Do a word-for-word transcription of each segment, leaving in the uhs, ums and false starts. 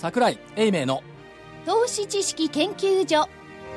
櫻井英明の投資知識研究所。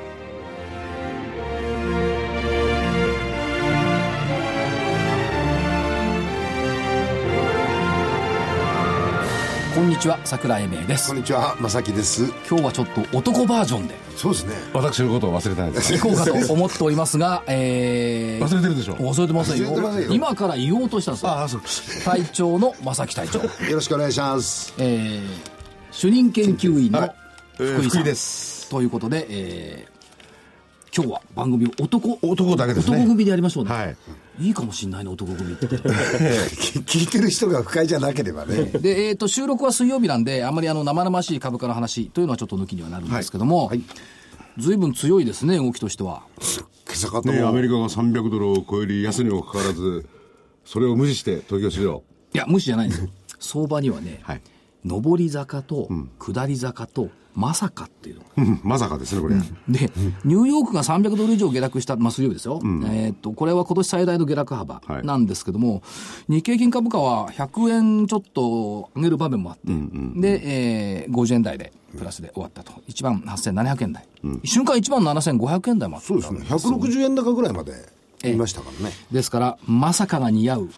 こんにちは、櫻井英明です。 こんにちは、正木です。 今日はちょっと男バージョンで、 そうですね、 私のことを忘れてないです行こうかと思っておりますが、えー、 忘れてるでしょ。 忘れてませんよ。 忘れてませんよ。 今から言おうとしたんですよ。 ああ、そう。 隊長の正木隊長、 よろしくお願いします。 えー、主任研究員のはいえー福井さん、 福井ですということで、えー、今日は番組を男男だけですね。 男組でやりましょうね。 はい。 いいかもしんないね、男組って。 聞いてる人が不快じゃなければね。 で、えーと、収録は水曜日なんで、あんまりあの生々しい株価の話というのはちょっと抜きにはなるんですけども、 はいはい、 随分強いですね、動きとしては。 今朝方ね、 もアメリカがさんびゃくドルを超える安値にもかかわらず、それを無視して東京市場。 いや、無視じゃないんですよ。相場にはね、 はい。 上り坂と下り坂と、まさかっていうの、 うん、まさかですね、これ。 で、ニューヨークがさんびゃくドル以上下落した、まあ、水曜日ですよ、うん、えー、っとこれは今年最大の下落幅なんですけども、はい、日経金株価はひゃくえんちょっと上げる場面もあって、うんうんうん、で、えー、ごじゅうえん台でプラスで終わったと、いちまんはっせんななひゃくえん台、うん、瞬間いちまんななせんごひゃくえん台もあったんですよ。 そうですね、ひゃくろくじゅうえん高ぐらいまでいましたからね、 えー、ですからまさかが似合う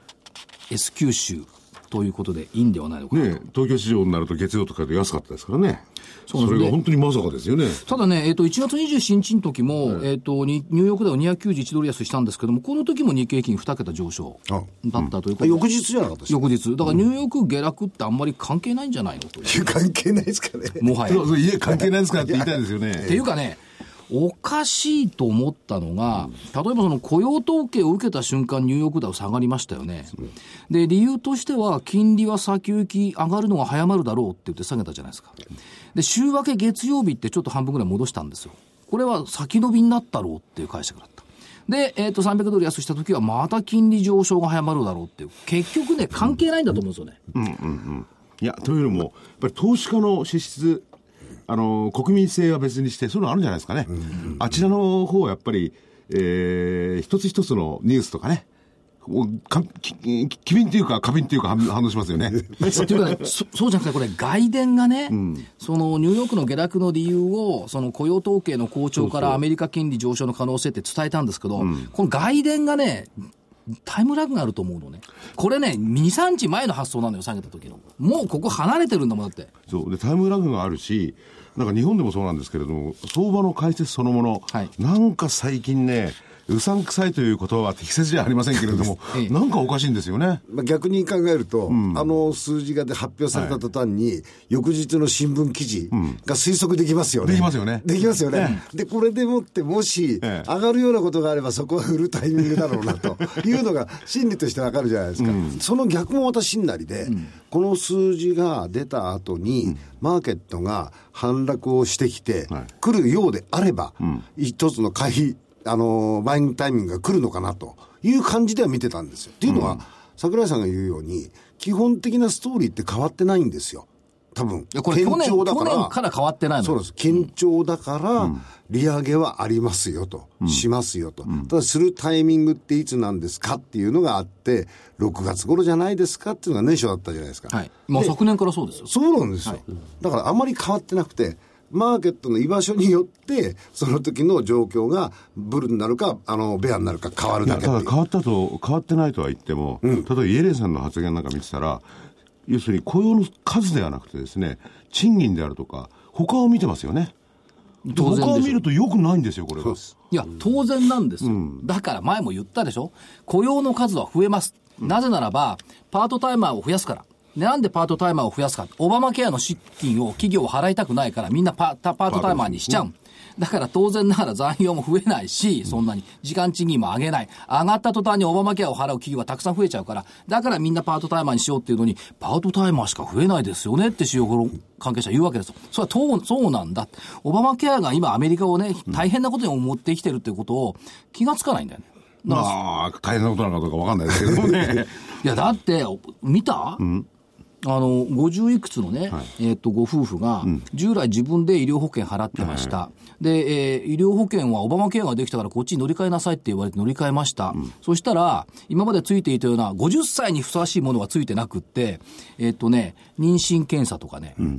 S 九州ということでいいんではないのかなと、 ね、東京市場になると月曜とかで安かったですからね。 そうそれが本当にまさかですよね。 ただね、えっ、ー、と、いちがつにじゅうしちにちの時も、はい、えっ、ー、と、ニューヨークではにひゃくきゅうじゅういちドル安したんですけども、この時も日経平均に桁上昇だったということで、 うん、翌日じゃなかったですか。 翌日。だからニューヨーク下落ってあんまり関係ないんじゃないのという。 関係ないですかね。 もはや。 そうそう、いえ、関係ないですかって言いたいですよね。 っていうかね、おかしいと思ったのが、例えばその雇用統計を受けた瞬間ニューヨークダウ下がりましたよね。で、理由としては金利は先行き上がるのが早まるだろうって言って下げたじゃないですか。で、週明け月曜日ってちょっと半分ぐらい戻したんですよ。これは先延びになったろうっていう解釈だった。で、えっと、さんびゃくドル安した時はまた金利上昇が早まるだろうっていう。結局ね、関係ないんだと思うんですよね。 うんうんうん。いや、というのも、やっぱり投資家の支出、あの国民性は別にしてそういうのあるんじゃないですかね、うんうんうん、あちらの方はやっぱり、えー、一つ一つのニュースとかね、かき機敏というか過敏というか反応しますよね。 というかね、そ, そうじゃなくてこれ外伝がね、うん、そのニューヨークの下落の理由をその雇用統計の好調からアメリカ金利上昇の可能性って伝えたんですけど、うん、この外伝がねタイムラグがあると思うのね。これね、に、さんにちまえの発想なのよ、下げた時の。もうここ離れてるんだもん、だって。 そうでタイムラグがあるし、なんか日本でもそうなんですけれども、相場の解説そのもの、はい、なんか最近ね、うさんくさいという言葉は適切じゃありませんけれども、ええ、なんかおかしいんですよね。 まあ、逆に考えると、うん、あの数字がで発表された途端に、はい、翌日の新聞記事が推測できますよね。 できますよね。 できますよね。ええ、で、これでもってもし、上がるようなことがあればそこは売るタイミングだろうなというのが心理としてわかるじゃないですか。うん、その逆もまた心なりで、うん、この数字が出た後に、うん、マーケットが反落をしてきて、はい、来るようであれば、うん、一つの買いあのバイングタイミングが来るのかなという感じでは見てたんですよ。っていうのは、うん、櫻井さんが言うように基本的なストーリーって変わってないんですよ。多分これ去年、去年から変わってないの。 そうです。堅調だから、うん、利上げはありますよと、うん、しますよと、うん、ただするタイミングっていつなんですかっていうのがあって、ろくがつ頃じゃないですかっていうのが年初だったじゃないですか。 はい、まあ、昨年からそうですよ。 そうなんですよ、はい、だからあまり変わってなくて、マーケットの居場所によってその時の状況がブルになるかあのベアになるか変わるだけっていう。 ただ変わったと変わってないとは言っても、うん、例えばイエレンさんの発言なんか見てたら、要するに雇用の数ではなくてですね、賃金であるとか他を見てますよね。他を見ると良くないんですよ、これは。 いや当然なんですよ、うん、だから前も言ったでしょ、雇用の数は増えます、うん、なぜならばパートタイマーを増やすから。なんでパートタイマーを増やすか。オバマケアの資金を企業を払いたくないからみんなパ、パートタイマーにしちゃう、うん、だから当然ながら残業も増えないし、そんなに時間賃金も上げない。上がった途端にオバマケアを払う企業はたくさん増えちゃうから、だからみんなパートタイマーにしようっていうのに、パートタイマーしか増えないですよねって市場関係者は言うわけですよ。それはそうなんだ。オバマケアが今アメリカをね、大変なことに持ってきてるっていうことを気がつかないんだよね。 まあ大変なことなのかどうか分かんないですけどねいやだって見た、うん、あのごじゅういくつのね、はい、えー、とご夫婦が、うん、従来自分で医療保険払ってました、はい、で、えー、医療保険はオバマケアができたからこっちに乗り換えなさいって言われて乗り換えました、うん、そしたら今までついていたようなごじゅっさいにふさわしいものがついてなくって、えーとね、妊娠検査とかね、うん、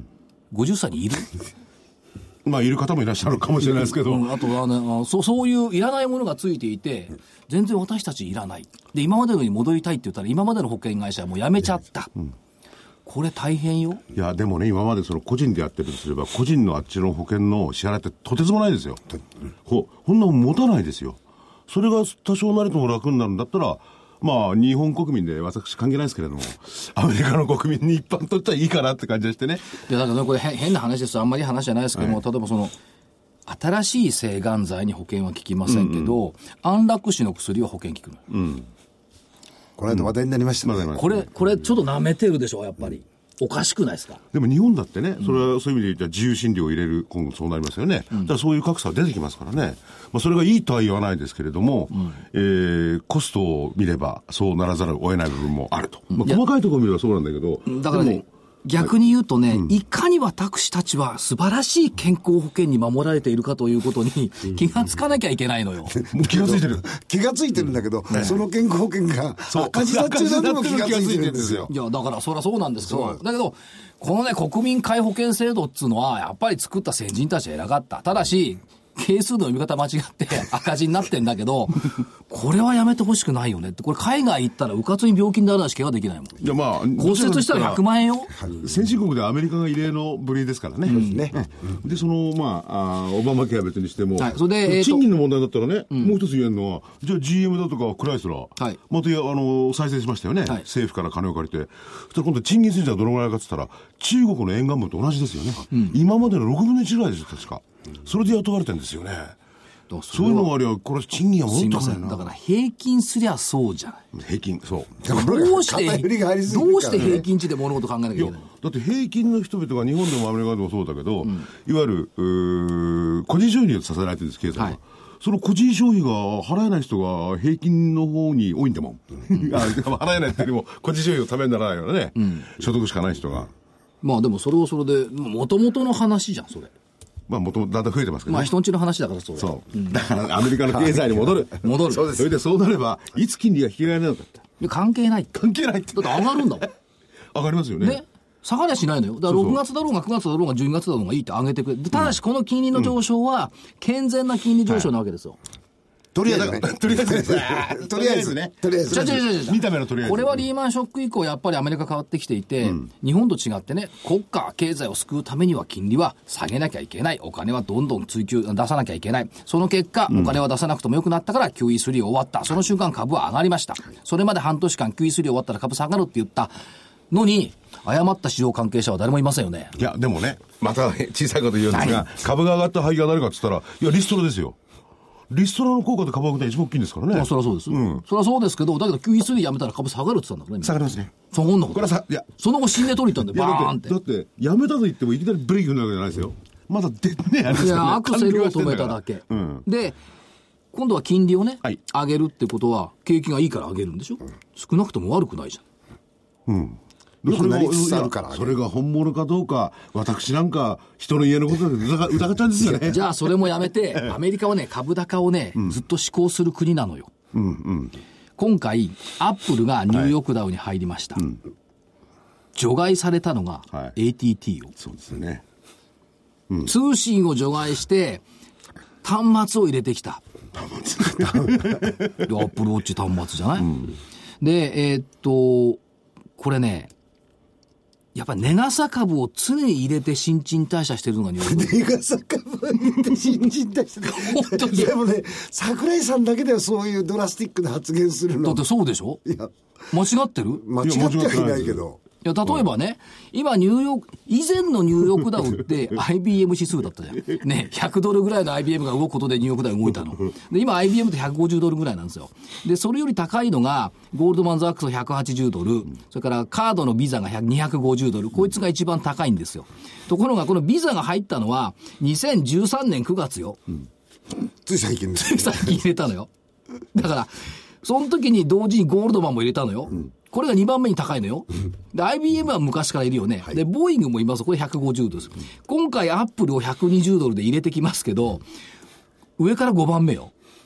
ごじゅっさいにいるまあいる方もいらっしゃるかもしれないですけど、 うん、あとは、ね、そ, そういういらないものがついていて全然私たちいらないで今までのに戻りたいって言ったら今までの保険会社はもうやめちゃった、うん、これ大変よ。 いやでもね今までその個人でやってるとすれば個人のあっちの保険の支払いってとてつもないですよ、うん、ほ, ほんなもん持たないですよ。それが多少なりとも楽になるんだったらまあ日本国民で私関係ないですけれどもアメリカの国民に一般とってはいいかなって感じがしてね。 いやだからねこれ変な話ですあんまりいい話じゃないですけども、はい、例えばその新しい性がん剤に保険は効きませんけど、うんうん、安楽死の薬は保険効くの、うん、 この間話題になりましたね、 うん、これこれちょっと舐めてるでしょやっぱり、うん、おかしくないですか。 でも日本だってねそれはそういう意味で言ったら自由診療を入れる今後そうなりますよね、うん、だからそういう格差は出てきますからね。まあ、それがいいとは言わないですけれども、うんえー、コストを見ればそうならざるを得ない部分もあると、まあ、細かいところを見ればそうなんだけどだからね逆に言うとね、はいうん、いかに私たちは素晴らしい健康保険に守られているかということに気がつかなきゃいけないのよ。 気がついてる気がついてるんだけど、うんね、その健康保険が赤字だっちゅうのにも気がついてるんですよ。 いやだからそりゃそうなんですけどだけどこのね国民皆保険制度っつうのはやっぱり作った先人たちは偉かった。ただし係数の読み方間違って赤字になってんだけどこれはやめてほしくないよねって。これ海外行ったらうかつに病気にならないし怪我できないもん。いや、まあ、骨折したらひゃくまんえんよ。 先進国でアメリカが異例の部類ですからね、うんねうん、でそのまあ、あオバマケア別にしても、はい、それで、えー、賃金の問題だったらね、うん、もう一つ言えるのはじゃあ ジーエム だとかクライスラー、はい、またあの再生しましたよね、はい、政府から金を借りてそしたら今度賃金水準はどのぐらいかって言ったら中国の沿岸部と同じですよね、うん、今までのろくぶんのいちぐらいですよ確か。それで雇われてるんですよね。そういうのがありゃこれ賃金はもっと高いな。 だから平均すりゃそうじゃない。 平均そうどうしてどうして平均値で物事考えなきゃいけない。いやだって平均の人々が日本でもアメリカでもそうだけど、うん、いわゆるう個人消費に支えられてるんです経済は、はい、その個人消費が払えない人が平均の方に多いんだもん、うん、払えないっていうよりも個人消費のためにならないよね、うん、所得しかない人が。 まあでもそれをそれでもともとの話じゃんそれ。 まあ、もともとだんだん増えてますけどね。 まあ、人んちの話だからそう。 そう。うん、だからアメリカの経済に戻る。 戻る。 そうです。それでそうなれば、いつ金利が引き上げられなかった。いや、関係ない。 関係ないって。 だって上がるんだもん。 上がりますよね。ね。 下がりゃしないのよ。だからろくがつだろうがくがつだろうがじゅうにがつだろうがいいって上げてくれる。ただし、この金利の上昇は、健全な金利上昇なわけですよ。はいとりあえずね。 とりあえずね。 とりあえずね。とりあえず。 見た目のとりあえず。 これはリーマンショック以降、やっぱりアメリカ変わってきていて、うん、日本と違ってね、国家経済を救うためには金利は下げなきゃいけない。お金はどんどん追求、出さなきゃいけない。その結果、お金は出さなくてもよくなったから キューイースリー 終わった。その瞬間株は上がりました。それまで半年間 キューイースリー 終わったら株下がるって言ったのに、誤った市場関係者は誰もいませんよね。 いや、でもね、また小さいこと言うんですが、株が上がった背景は誰かって言ったら、いや、リストラですよ。リストラの効果で株上げたら一番大きいんですからね。 まあ、そりゃそうです。うん。そりゃそうですけど、だけど キューイースリー やめたら株下がるって言ったんだからね。 下がりますね。 そんなこと。 これはさ、いや。 その後新値取りに行ったんで、バーンって。 だって、やめたと言ってもいきなりブレーキ踏んだわけじゃないですよ。まだ出てね、あれですよね。 いや、アクセルを止めただけ。うん。で、今度は金利をね、はい、上げるってことは、景気がいいから上げるんでしょ、うん、少なくとも悪くないじゃん。うん。 よくなりつつあるから、ね、 それが本物かどうか私なんか人の家のことで疑っちゃうんですよね。 じゃあそれもやめてアメリカはね株高をね、うん、ずっと施行する国なのよ、うんうん、今回アップルがニューヨークダウに入りました、はいうん、除外されたのが エーティーティー を、はい、 そうですね、 うん、通信を除外して端末を入れてきた端末アップルウォッチ端末じゃない、うん、でえー、っとこれねやっぱり値傘株を常に入れて新陳代謝してるのが日本。 値傘株を入れて新陳代謝本当に。でもね、桜井さんだけではそういうドラスティックな発言するの。 だってそうでしょ。いや間違ってる？ 間違ってはいないけど。 いや、例えばね、今ニューヨーク、以前のニューヨークダウって アイビーエム 指数だったじゃん。ね、ひゃくドルぐらいの アイビーエム が動くことでニューヨークダウ動いたの。で、今 アイビーエム ってひゃくごじゅうドルぐらいなんですよ。で、それより高いのが、ゴールドマン・ザックスひゃくはちじゅうドル、それからカードのビザがにひゃくごじゅうドル、こいつが一番高いんですよ。ところが、このビザが入ったのは、にせんじゅうさんねんくがつよ。うん、 つい最近です、 ね。つい最近入れたのよ。だから、その時に同時にゴールドマンも入れたのよ。うんこれがにばんめに高いのよ。で、アイビーエム は昔からいるよね。はい、で、ボーイングもいます。これひゃくごじゅうドルです。今回アップルをひゃくにじゅうドルで入れてきますけど、上からごばんめよ。うん、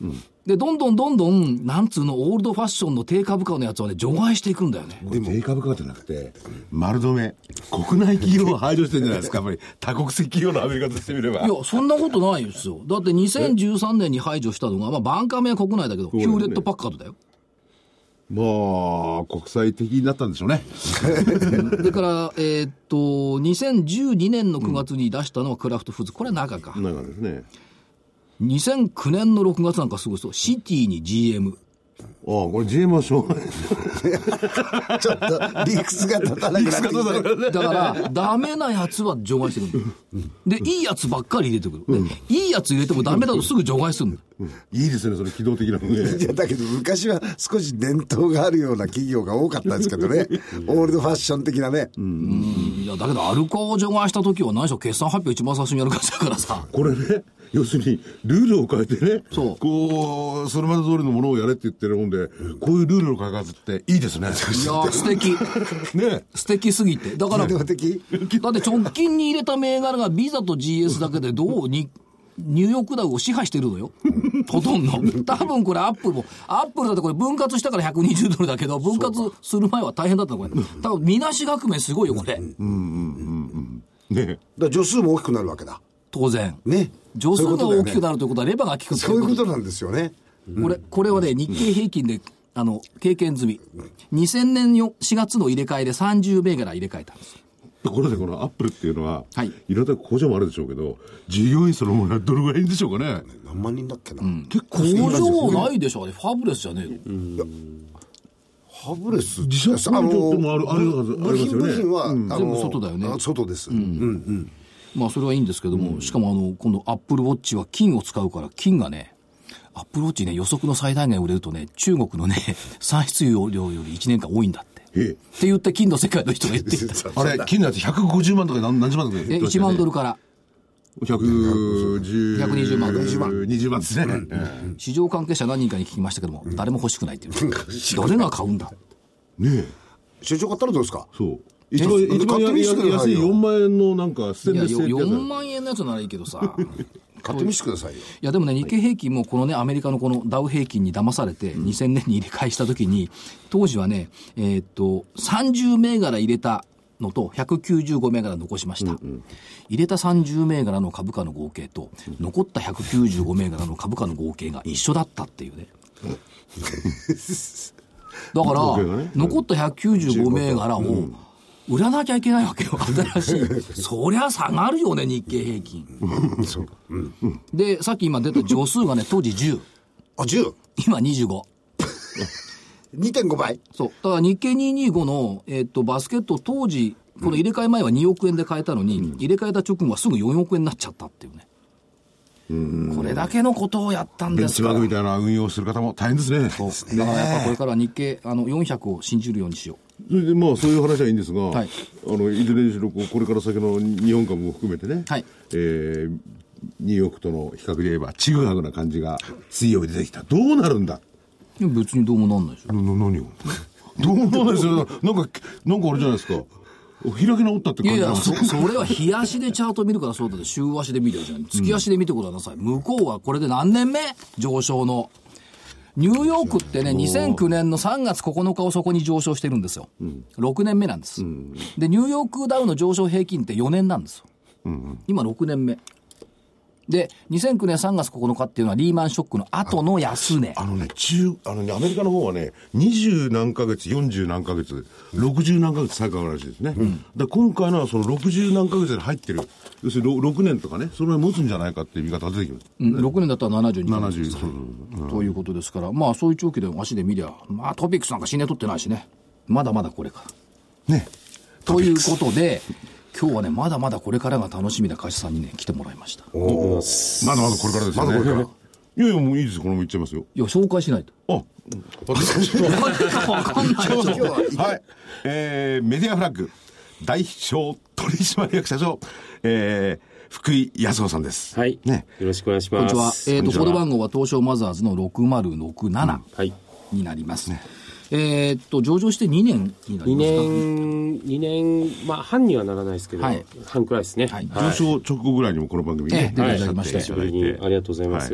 で、どんどんどんどん、なんつうの、オールドファッションの低株価のやつはね、除外していくんだよね。 でも低株価じゃなくて、丸止め、国内企業を排除してるんじゃないですか、やっぱり多国籍企業のアメリカとしてみれば。 いや、そんなことないですよ。だってにせんじゅうさんねんに排除したのが、まあ、バンカーメは国内だけど、ヒューレット・パッカードだよ。 まあ、国際的になったんでしょうね。 だから、えー、っと、にせんじゅうにねんのくがつに出したのはクラフトフーズ。これは中か。 中ですね。 にせんきゅうねんのろくがつなんかすごいそう。シティに ジーエム。 ああ、これ ジーエム はしょうがない。 ちょっと理屈が立たなくなってきて。 だから、ダメなやつは除外してくるんだ。で、いいやつばっかり入れてくる。うん、いいやつ入れてもダメだとすぐ除外するんだ。 うん、いいですね、それ機動的なのね。 いや、だけど昔は少し伝統があるような企業が多かったんですけどね。オールドファッション的なね。 うん。いや、だけどアルコを除外した時は何しろ決算発表一番最初にやる会社だからさ。 これね。要するに、ルールを変えてね、 そうこう、それまで通りのものをやれって言ってるもんで、こういうルールの開発っていいですね。 いや、素敵。 ね素敵すぎて。だから、だって直近に入れた銘柄がビザと ジーエス だけでどうに、ニューヨークダウを支配してるのよ。ほとんど。多分これアップルも、アップルだってこれ分割したからひゃくにじゅうドルだけど、分割する前は大変だったのこれ。多分、みなし革命すごいよ、これ。うんうんうんうん。ね。 だから助数も大きくなるわけだ。 当然。 ね。 助数が大きくなるということはレバーが効くそういうことなんですよね。 これ、これはね、日経平均で、あの、経験済み。にせんねんしがつの入れ替えでさんじゅう銘柄入れ替えたんです。 ところでこのアップルっていうのは、 はい。 いろんな工場もあるでしょうけど、従業員そのものはどれぐらいいるんでしょうかね。 何万人だっけな。うん、 結構工場ないでしょうね。ファブレスじゃねえの。うん、 ファブレス自社工場ってもある、あるはず、ありますよね。 部品は、うん、 全部外だよね。 外です。うん。うんうんまあそれはいいんですけども、うん、しかもあの、今度アップルウォッチは金を使うから、金がね、アップルウォッチね、予測の最大限売れるとね、中国のね、産出量よりいちねんかん多いんだって。ええって言って金の世界の人が言ってきた。 あれ、金のやつひゃくごじゅうまんとか何何十万とか言ってました、ね。え、いちまんドルから。 ひゃくじゅう、 ひゃくにじゅうまん。 にじゅうまん。にじゅうまんですね、うんうん。市場関係者何人かに聞きましたけども、うん、誰も欲しくないっていう。誰が買うんだ。 ねえ。社長買ったらどうですか？ そう。一番、一番安いよんまん円のなんかステンレス製よんまん円のやつならいいけどさ。 買ってみせてくださいよ。 いやでもね、日経平均もこのね、アメリカのこのダウ平均に騙されて、にせんねんに入れ替えしたときに、当時はね、えー、っと、さんじゅう銘柄入れたのと、ひゃくきゅうじゅうご銘柄残しました。うんうん、入れたさんじゅう銘柄の株価の合計と、残ったひゃくきゅうじゅうご銘柄の株価の合計が一緒だったっていうね。だから、ね、残ったひゃくきゅうじゅうご銘柄を、うん売らなきゃいけないわけよ、新しい。そりゃ下がるよね、日経平均。そううん、で、さっき今出た助数がね、当時じゅう。 あ、じゅう? 今にじゅうご。 にてんご 倍。 そう。だから日経にひゃくにじゅうごの、えっと、バスケット当時、この入れ替え前はにおく円で買えたのに、うん、入れ替えた直後はすぐよんおく円になっちゃったっていうね。うんこれだけのことをやったんですから。 ベンチマークみたいな運用する方も大変ですね。 そう。だからやっぱこれから日経、あの、よんひゃくを信じるようにしよう。 それでまあそういう話はいいんですが、はい、あのいずれにしろこれから先の日本株も含めてね、はいえー、ニューヨークとの比較で言えばちぐはぐな感じが水曜日出てきた。どうなるんだ。 いや別にどうもなんないでしょ。 な何をどうもなんないですよ。なんかなんかあれじゃないですか。開き直ったって感じ。 いやいや そ, それは日足でチャート見るからそうだって週足で見てるじゃん。月足で見てください、うん、向こうはこれで何年目上昇の。ニューヨークってね、にせんきゅうねんのさんがつここのかをそこに上昇してるんですよ。うん、ろくねんめなんです、うん。で、ニューヨークダウの上昇平均ってよねんなんですよ。うん、今ろくねんめ。で、にせんきゅうねんさんがつここのかっていうのはリーマンショックの後の安値。 あのね、中、あのね、アメリカの方はね、にじゅう何ヶ月、よんじゅう何ヶ月、ろくじゅう何ヶ月最下がらしいですね。うん、で今回のはそのろくじゅう何ヶ月で入ってる。要するにろくねんとかね、それは持つんじゃないかっていう見方が出てきます。 うん、ろくねんだったらななじゅうにかげつ。ななじゅう、そうそう、うん。ということですから、まあそういう長期で足で見りゃ、まあトピックスなんか新年取ってないしね。まだまだこれから。ね。ということで、今日はね、まだまだこれからが楽しみな会社さんにね、来てもらいました。 おまだまだこれからですよね。まだこれから。いやいや、もういいですよ。このままいっちゃいますよ。 いや、紹介しないと。 あ、わかんないでしょ。はい。えー、メディアフラッグ、代表取締役社長、えー、福井康夫さんです。 はい。ね。よろしくお願いします。 こんにちは。えっ、ー、と、コード番号は東証マザーズのろくまるろくななになります。うんはいえー、っと上場してにねんになりますか。 にねんにねんまあ半にはならないですけど、はい、半くらいですね、はいはい、上昇直後ぐらいにもこの番組に、ねええ、出ていただきまして、 久しぶりにありがとうございます、はい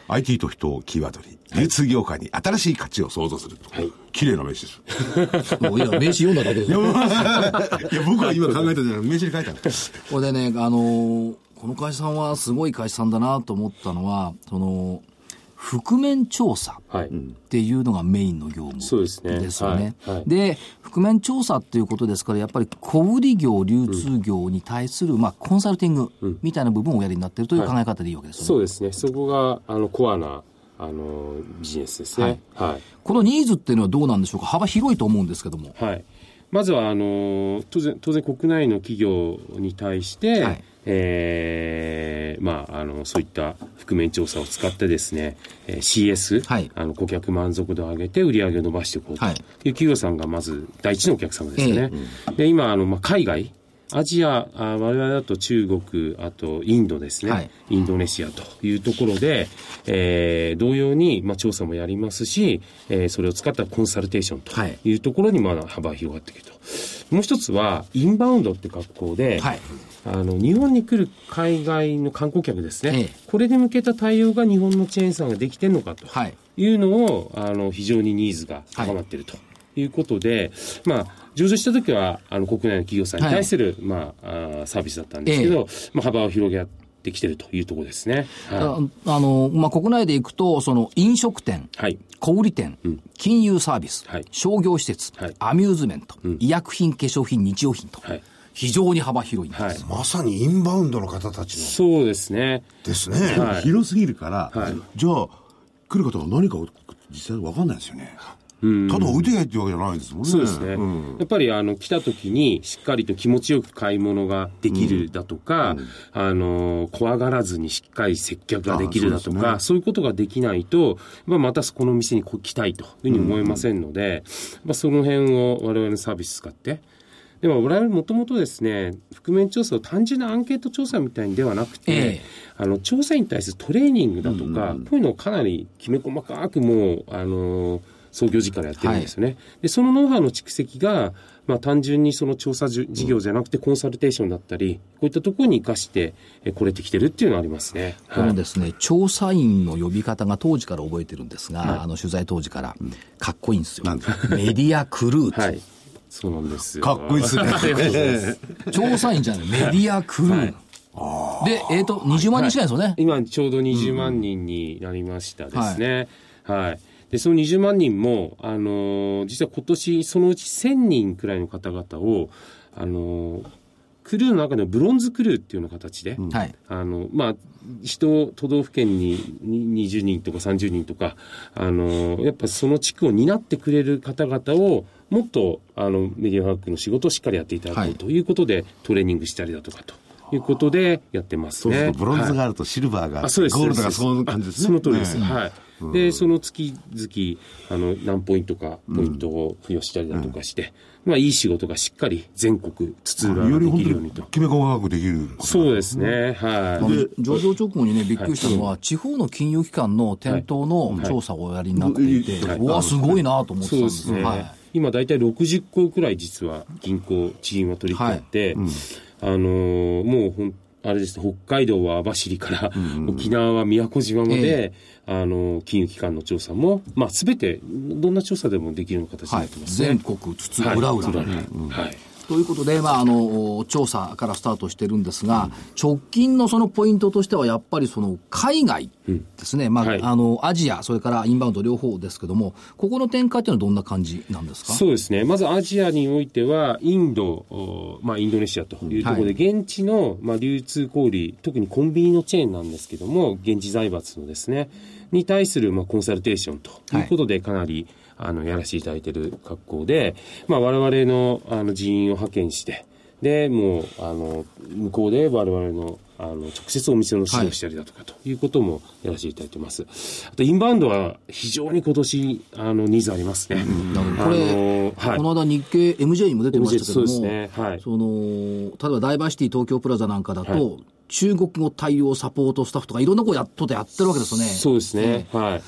アイティー と人をキーワードに、流通業界に新しい価値を創造すると。はい。綺麗な名詞です。 もういや、名詞読んだだけですよ。いや、 僕は今考えたじゃない、名詞に書いたの。 これでね、あのー、この会社さんはすごい会社さんだなと思ったのは、その、覆面調査っていうのがメインの業務ですよね。 はいはい、 で、覆面調査っていうことですから、やっぱり小売業、流通業に対する、まあ、コンサルティングみたいな部分をおやりになっているという考え方でいいわけですよね。 そうですね。そこが、あの、コアな、あの、ビジネスですね。はい。はい、 このニーズっていうのはどうなんでしょうか。幅広いと思うんですけども。 はい。まずは、あの、当然、当然国内の企業に対して、はい、えー、まあ、あの、そういった覆面調査を使ってですね、えー、シーエス、はい、あの、顧客満足度を上げて売り上げを伸ばしていこうという企業さんがまず第一のお客様ですよね。えー、で、今、あの、まあ、海外、アジア、あ我々だと中国、あとインドですね、はい、インドネシアというところで、えー、同様に、まあ、調査もやりますし、えー、それを使ったコンサルテーションというところに、まあ、幅が広がっていくと。もう一つは、インバウンドって格好で、はい、あの、日本に来る海外の観光客ですね、ええ、これで向けた対応が日本のチェーンさんができてるのかというのを、はい、あの、非常にニーズが高まっていると。はいいうことで、まあ、上場したときは、あの、国内の企業さんに対する、はい、まあ、あサービスだったんですけど、ええ、まあ、幅を広げてきているというところですね。 はい、あ, あの、まあ、国内でいくと、その、飲食店、はい、小売店、うん、金融サービス、はい、商業施設、はい、アミューズメント、うん、医薬品、化粧品、日用品と。はい、非常に幅広いんです、 はい、まさにインバウンドの方たちの。 そうですね。 ですね。 はい、広すぎるから、はい、じゃあ、来る方が何か実際わかんないですよね。ただ置いてないっていうわけじゃないですもんね。 そうですね。うん、やっぱりあの来た時にしっかりと気持ちよく買い物ができるだとか、うん、あの怖がらずにしっかり接客ができるだとか、そうですね、そういうことができないと、まあ、またこの店に来たいというふうに思えませんので、うん、まあ、その辺を我々のサービス使って。でも我々もともとですね、覆面調査を単純なアンケート調査みたいにではなくて、ええ、あの調査に対するトレーニングだとか、うん、こういうのをかなりきめ細かくもうあの創業時からやってるんですよね。はい、でそのノウハウの蓄積が、まあ、単純にその調査事業じゃなくてコンサルテーションだったり、こういったところに生かしてこれてきてるっていうのがありますね。 このですね、はい、調査員の呼び方が当時から覚えてるんですが、はい、あの取材当時から、うん、かっこいいんですよ。メディアクルーツ。はい、 そうなんですよ。 かっこいいですね。 調査員じゃない、メディアクルーツ。はい、で、えっ、ー、と、にじゅうまんにん近いですよね。はい、 今ちょうどにじゅうまんにんになりましたですね。はい。はい、でそのにじゅうまんにんも、あのー、実は今年そのうちせんにんくらいの方々を、あのー、クルーの中でブロンズクルーっていうような形で、うん、あのまあ一都道府県ににじゅうにんとかさんじゅうにんとか、あのー、やっぱその地区を担ってくれる方々をもっとあのメディアワークの仕事をしっかりやっていただこうということで、はい、トレーニングしたりだとかということでやってますね。 そうするとブロンズがあるとシルバーがあって、はい、ゴールドがそういう感じですね。 その通りです。ね、はい。で、その月々、あの、何ポイントか、ポイントを付与したりだとかして、うん、まあ、いい仕事がしっかり全国、津々浦々できるようにと。 きめ細かくできる。 そうですね。はい。 で、上場直後にね、びっくりしたのは、はい、地方の金融機関の店頭の調査をおやりになっていて、はいはい、うわ、すごいなと思ってたんですね。はい、 今、だいたいろくじゅっこくらい実は銀行、地銀は取り組んで、はい、うん、あのー、もう本当あれですね、北海道は網走から、うんうん、沖縄は宮古島まで、えー、あの金融機関の調査も、まあ、全てどんな調査でもできるような形になってますね。 はい、全国津々浦々で、はいうんはい、ということで、まあ、あの調査からスタートしてるんですが、うん、直近のそのポイントとしてはやっぱりその海外ですね、うんまあはい、あのアジアそれからインバウンド両方ですけども、ここの展開というのはどんな感じなんですか？ そうですね、まずアジアにおいてはインド、まあ、インドネシアというところで、はい、現地の、まあ、流通小売、特にコンビニのチェーンなんですけども、現地財閥のですねに対する、まあ、コンサルテーションということで、かなり、はい、あのやらせていただいている格好で、まあ、我々の、あの人員を派遣して、でもうあの向こうで我々のあの直接お店の指導したりだとかということもやらせていただいてます。はい、あとインバウンドは非常に今年あのニーズありますね。 うん、これ、はい、この間日経 エムジェー にも出てましたけども、そうですね、はい、その例えばダイバーシティ東京プラザなんかだと、はい、中国語対応サポートスタッフとかいろんなことやっとってやってるわけですよね。 そうですね。はい。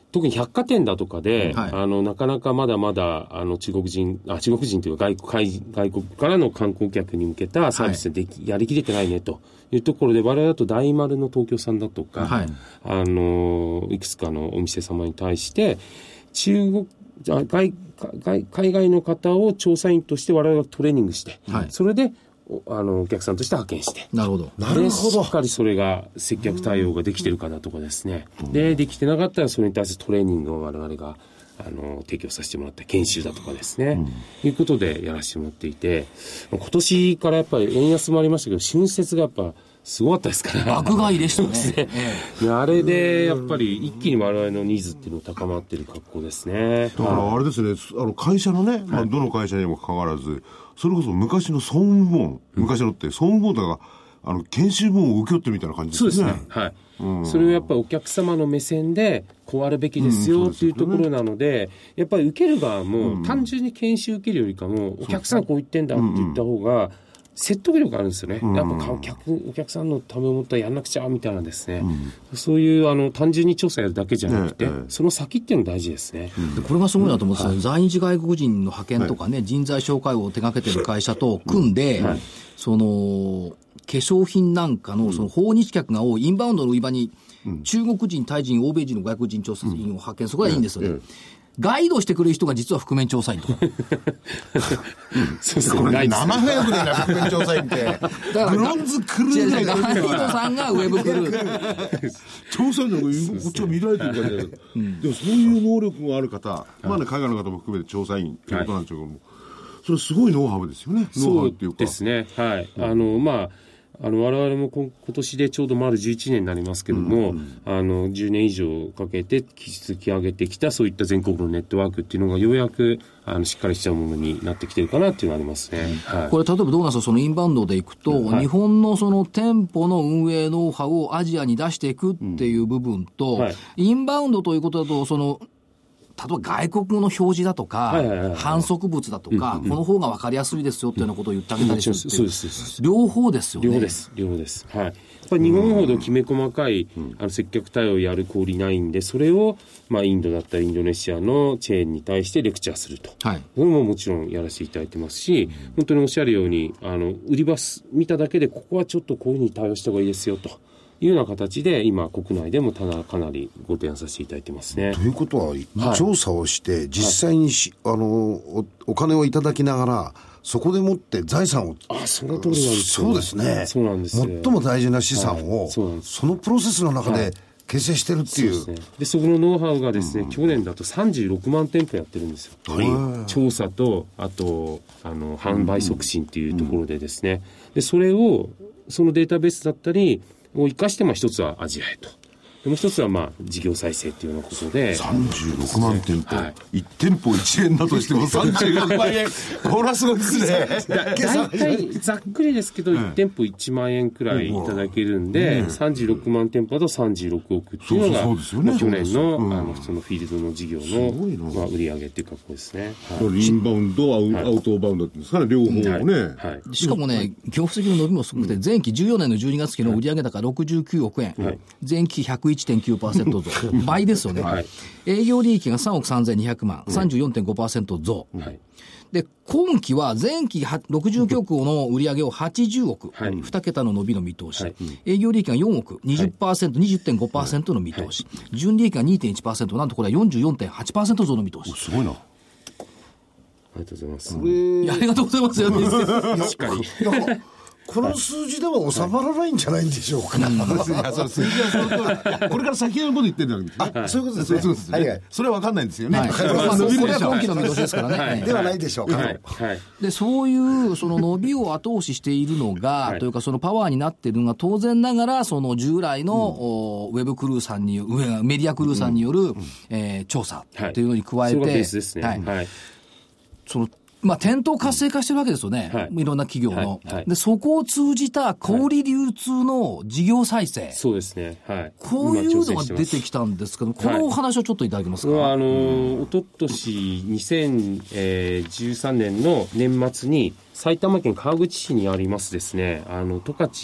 特に百貨店だとかで、 はい、 あのなかなかまだまだあの中国人あ中国人というか外国外国からの観光客に向けたサービスででき、はい、やりきれてないねというところで、我々だと大丸の東京さんだとか、はい、あのいくつかのお店様に対して中国外外海外の方を調査員として我々がトレーニングして、はい、それであのお客さんとして派遣して、 なるほど、 なるほど、 しっかりそれが接客対応ができてるかだとかですね、でできてなかったらそれに対するトレーニングを我々があの提供させてもらった研修だとかですね、うん、いうことでやらせてもらっていて、今年からやっぱり円安もありましたけど春節がやっぱすごかったですから爆買いでしたねええ、あれでやっぱり一気に我々のニーズっていうのが高まっている格好ですね。 だからあれですね、あの会社のね、まあ、どの会社にもかかわらず、それこそ昔の総務部門、昔のって総務部門とかあの研修部門を請け負ってみたいな感じですね。 そうですね、はい、うん、それをやっぱりお客様の目線でこうあるべきですよっていうところなので、やっぱり受ける側も単純に研修受けるよりかもお客さんこう言ってんだって言った方が説得力あるんですよね、うん、やっぱお客、お客さんのためを持ったらやんなくちゃみたいなですね、うん、そういうあの単純に調査やるだけじゃなくて、ね、その先っていうのが大事ですね、 うん、でこれがすごいなと思って、はい、在日外国人の派遣とかね、はい、人材紹介を手掛けてる会社と組んで、うん、はい、その化粧品なんかのその訪日客が多いインバウンドの売り場に中国人、タイ人、欧米人の外国人調査員を派遣、そこはいいんですよね、うんうん、ガイドしてくれる人が実は覆面調査員とかそうですね、 生早くねえな覆面調査員ってブロンズクルーガイドさんがウェブクルー調査員の方がこっちを見られてるから、うん、でもそういう能力がある方、はい、まあね、海外の方も含めて調査員ということなんでしょうけども、はい、それすごいノウハウですよね。ノウハウっていうか、 そうですね、はい、あのまああの我々も今年でちょうど丸じゅういちねんになりますけども、うんうん、あのじゅうねん以上かけて築き上げてきたそういった全国のネットワークっていうのがようやくあのしっかりしたものになってきてるかなっていうのがありますね、はい、 これ例えばどうなんですか、そのインバウンドでいくと、はい、日本のその店舗の運営ノウハウをアジアに出していくっていう部分と、うんはい、インバウンドということだとその例えば外国語の表示だとか、はいはいはいはい、反則物だとか、うんうん、この方が分かりやすいですよっていうようなことを言ってあげたりするっていう、そうですそうです、両方ですよね。 両方です、両方です、はい、やっぱり日本ほどきめ細かい、うん、あの接客対応をやる小売ないんで、それを、まあ、インドだったりインドネシアのチェーンに対してレクチャーすると、はい、それももちろんやらせていただいてますし、うん、本当におっしゃるようにあの売り場見ただけでここはちょっとこういうふうに対応した方がいいですよというような形で今国内でもただかなりご提案させていただいてますね。 ということは、はい、調査をして実際にし、はい、あの お, お金をいただきながらそこでもって財産を、 あ、その通りなんですよ。 そうですね。 そうなんです。 最も大事な資産を、はい、そ, そのプロセスの中で形成してるっていう。 そうですね。でそこのノウハウがですね、うん、去年だとさんじゅうろくまん店舗やってるんですよ。はい、調査とあとあの販売促進っていうところでですね、うん、でそれをそのデータベースだったりを生かして、まあ一つはアジアへと、でもう一つはまあ事業再生というようなことでさんじゅうろくまん店舗、はい、いち店舗いちえんだとしてもさんじゅうろくまんえんこれはすごいですね。 だいたいざっくりですけどいち店舗いちまんえんくらいいただけるんで、うん、さんじゅうろくまん店舗だとさんじゅうろくおくっていうのがそうそうそう、ね、まあ、去年 の,、うん、あのそのフィールドの事業の、まあ、売り上げっていう格好ですね、 はい、インバウンドアウ、はい、アウトバウンドっていうんですかね、両方ね、はいはい、しかもね業績の伸びもすごくて、前期じゅうよねんのじゅうにがつ期の売上高ろくじゅうきゅうおくえん、はい、前期 ひゃくいちてんきゅうパーセント増倍ですよね、はい、営業利益がさんおくさんぜんにひゃくまん、さんじゅうよんてんごパーセント 増、はい、で今期は前期ろくじゅうきゅうおくの売上をはちじゅうおく、はい、に桁の伸びの見通し、はい、営業利益がよんおく にじゅっパーセント、はい、にじゅってんごパーセント の見通し、はい、純利益が にてんいちパーセント、なんとこれは よんじゅうよんてんはちパーセント 増の見通し。 すごいな。 ありがとうございます。 いや、ありがとうございますよね。 しっかりこの数字では収まらないんじゃないんでしょうか、はい、 いやその数字はその通りこれから先のこと言ってるんだけど、 あ、そういうことですね。そういうことですね、はいはい、 それは分かんないんですよね、はい、 これは今期の見通しですからね、はい、 ではないでしょうか、 はいはい、でそういうその伸びを後押ししているのが、はい、というかそのパワーになっているのが当然ながらその従来の、うん、ウェブクルーさんによるメディアクルーさんによる、うん、えー、調査というのに加えて、はい、それがベースですね、はいはい、そのまあ、店頭活性化してるわけですよね、はい、いろんな企業の、はいはい、でそこを通じた小売流通の事業再生、はい、 そうですね、はい、 こういうのが出てきたんですけど、このお話をちょっといただけますか。 はい、あのおととしにせんじゅうさんねんの年末に埼玉県川口市にありますですね、あの十勝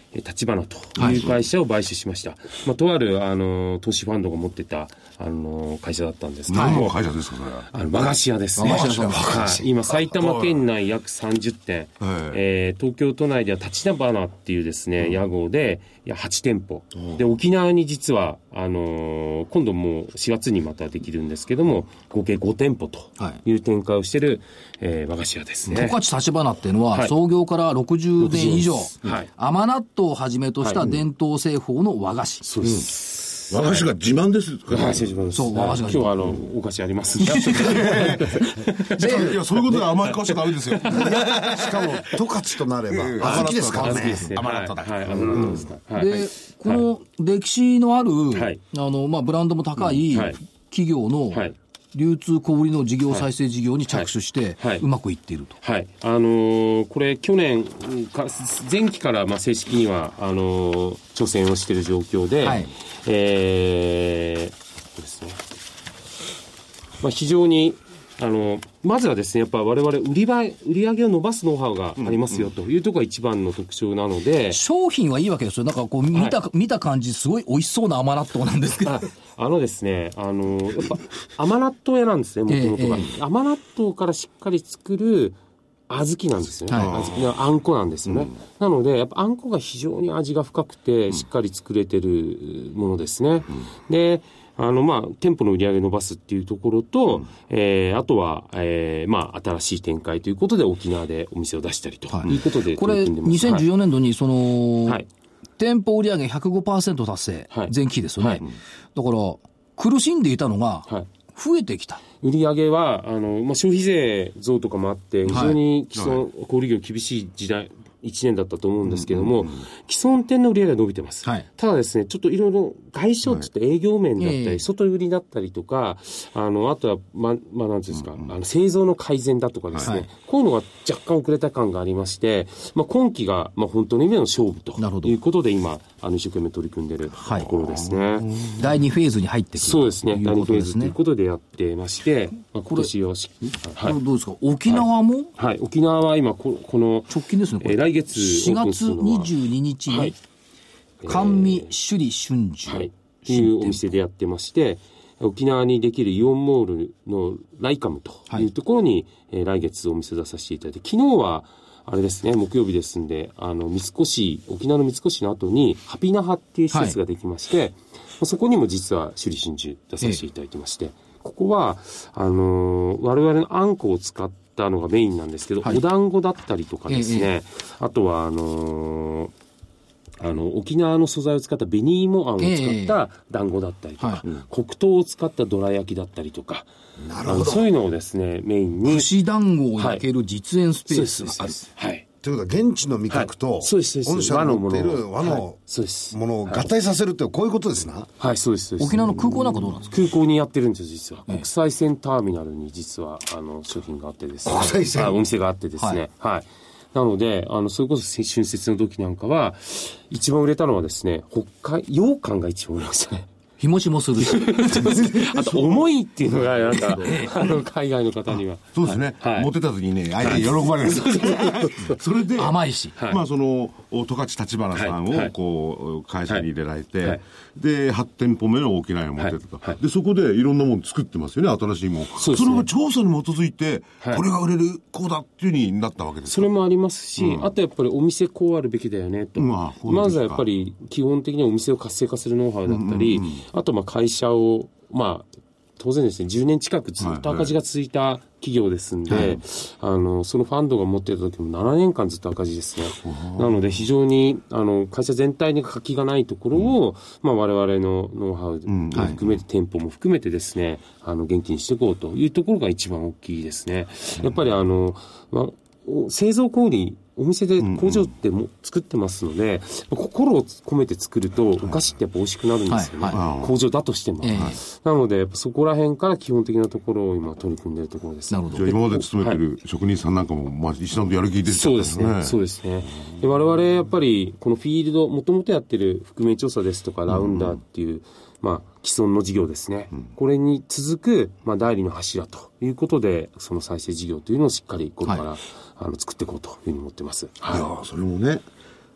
立花という会社を買収しました。はい、まあ、とある、あの、投資ファンドが持ってた、あの、会社だったんですけども。 何の会社ですか、それ。 あの、和菓子屋ですね。 和菓子屋。 はい。今、埼玉県内約さんじゅってん、はい、えー、東京都内では立花っていうですね、屋号で、いや、はちてんぽ。で、沖縄に実は、あのー、今度もうしがつにまたできるんですけども、合計ごてんぽという展開をしている、えー、和菓子屋ですね。 十勝立花っていうのは、はい、創業からろくじゅうねん以上、 はい、 甘納豆をはじめとした伝統製法の和菓子。 そうです。 和菓子が自慢ですか、 和菓子が自慢です。そう、和菓子が自慢。今日はあの、お菓子ありますんで。 いや、そういうことで甘い顔しちゃダメですよ。しかも、十勝となれば、小豆ですからね。 甘納豆だ。はい、甘納豆ですか。 で、この歴史のある、あの、まあ、ブランドも高い企業の、流通小売の事業再生事業に着手して、うまくいっていると。 はい。あのー、これ、去年か、前期から、まあ、正式には、あのー、挑戦をしている状況で、はい、えー、ですね。まあ、非常に、あの、まずはですね、やっぱ我々売り場、売り上げを伸ばすノウハウがありますよというところが一番の特徴なので。 商品はいいわけですよ。なんかこう見た、はい、見た感じすごい美味しそうな甘納豆なんですけど。 あ, あのですね、あの、やっぱ甘納豆屋なんですね、もともとが。ええ、甘納豆からしっかり作る小豆なんですよね。はい、小豆のあんこなんですよね。うん、なので、やっぱあんこが非常に味が深くて、しっかり作れてるものですね。うん、で、あの、まあ、店舗の売り上げ伸ばすっていうところと、うん、えー、あとは、えー、まあ、新しい展開ということで沖縄でお店を出したりということで取り組んでます。 これ、にせんじゅうよねんどに、その、はい、店舗売上 ひゃくごパーセント 達成、はい、前期ですよね。はい、だから、苦しんでいたのが、増えてきた。 売り上げは、あの、まあ、消費税増とかもあって、非常に既存、はい、小売業厳しい時代、いちねんだったと思うんですけども、うんうんうん、既存店の売り上げが伸びてます。はい、ただですね、ちょっといろいろ外商って言って営業面だったり、はい、外売りだったりとか、あの、あとは、ま、まあ、なんていうんですか、うんうん、あの、製造の改善だとかですね、はい、こういうのが若干遅れた感がありまして、まあ、今期が、まあ、本当の意味での勝負ということで、今、あの、一生懸命取り組んでいるところですね。はい、 だいにフェーズに入ってくる。 そうですね。だいにフェーズということでやってまして、まあ、今年はし、 はい。どうですか、沖縄も、はい、 はい、沖縄は今こ、この、 直近ですね、これ。 えー、来月、 しがつにじゅうににちに、はい、甘味首里春秋、 はい、というお店でやってまして、沖縄にできるイオンモールのライカムというところに、はい、えー、来月お店出させていただいて、昨日は、あれですね、木曜日ですんで、あの、三越、沖縄の三越の後に、ハピナハっていう施設ができまして、はい、そこにも実は首里春秋出させていただいてまして、ええ、ここは、あのー、我々のあんこを使ったのがメインなんですけど、はい、お団子だったりとかですね、ええ、あとは、あのー、あの、沖縄の素材を使った紅芋あんを使った団子だったりとか、ええ、はい、黒糖を使ったどら焼きだったりとか、 なるほど、 そういうのをですね、メインに。 串団子を焼ける実演スペースがある。 はい。 ということは、現地の味覚と、 そうです、そうです。 御社の持っている和のものを合体させるってこういうことですな。 はい、そうです、そうです。 沖縄の空港なんかどうなんですか？ 空港にやってるんですよ、実は。国際線ターミナルに実は、あの、商品があってですね。 国際線？ お店があってですね。はい。はい、なので、あの、それこそ春節の時なんかは、一番売れたのはですね、北海、羊羹が一番売れましたね。 日持ちもするし。 あと、重いっていうのが、なんか、あの、海外の方には。 そうですね。はい、持ってた時にね、相手に喜ばれる。それで、 甘いし。 まあ、その、十勝立花さんを、こう、会社に入れられて、で、はち店舗目の沖縄に持ってた。で、そこでいろんなもの作ってますよね、新しいもの。それが調査に基づいて、これが売れる、こうだっていうふうになったわけですか。 それもありますし、あとやっぱりお店こうあるべきだよね、と。まずはやっぱり、基本的にお店を活性化するノウハウだったり、あと、まあ、会社を、まあ、当然ですね、じゅうねん近くずっと赤字が続いた企業ですんで、はいはい、あの、そのファンドが持っていた時もななねんかんずっと赤字ですね。なので非常に、あの、会社全体に活気がないところを、うん、まあ我々のノウハウも含めて、店舗も含めてですね、あの、元気にしていこうというところが一番大きいですね。やっぱりあの、まあ、製造小売お店で工場っても作ってますので、うん、心を込めて作るとお菓子ってやっぱ美味しくなるんですよね、はいはい、工場だとしても、えー、なのでやっぱそこら辺から基本的なところを今取り組んでいるところです。 なるほど。じゃあ今まで勤めてる職人さんなんかも、まあ、一段とやる気出てたんですね。 そうですね。そうですね。で我々やっぱりこのフィールドもともとやってる覆面調査ですとかラウンダーっていう、うん、まあ既存の事業ですね、うん、これに続く、まあ、代理の柱ということでその再生事業というのをしっかりこれから、はい、あの作っていこうというふうに思ってます。 はい、いやそれもね、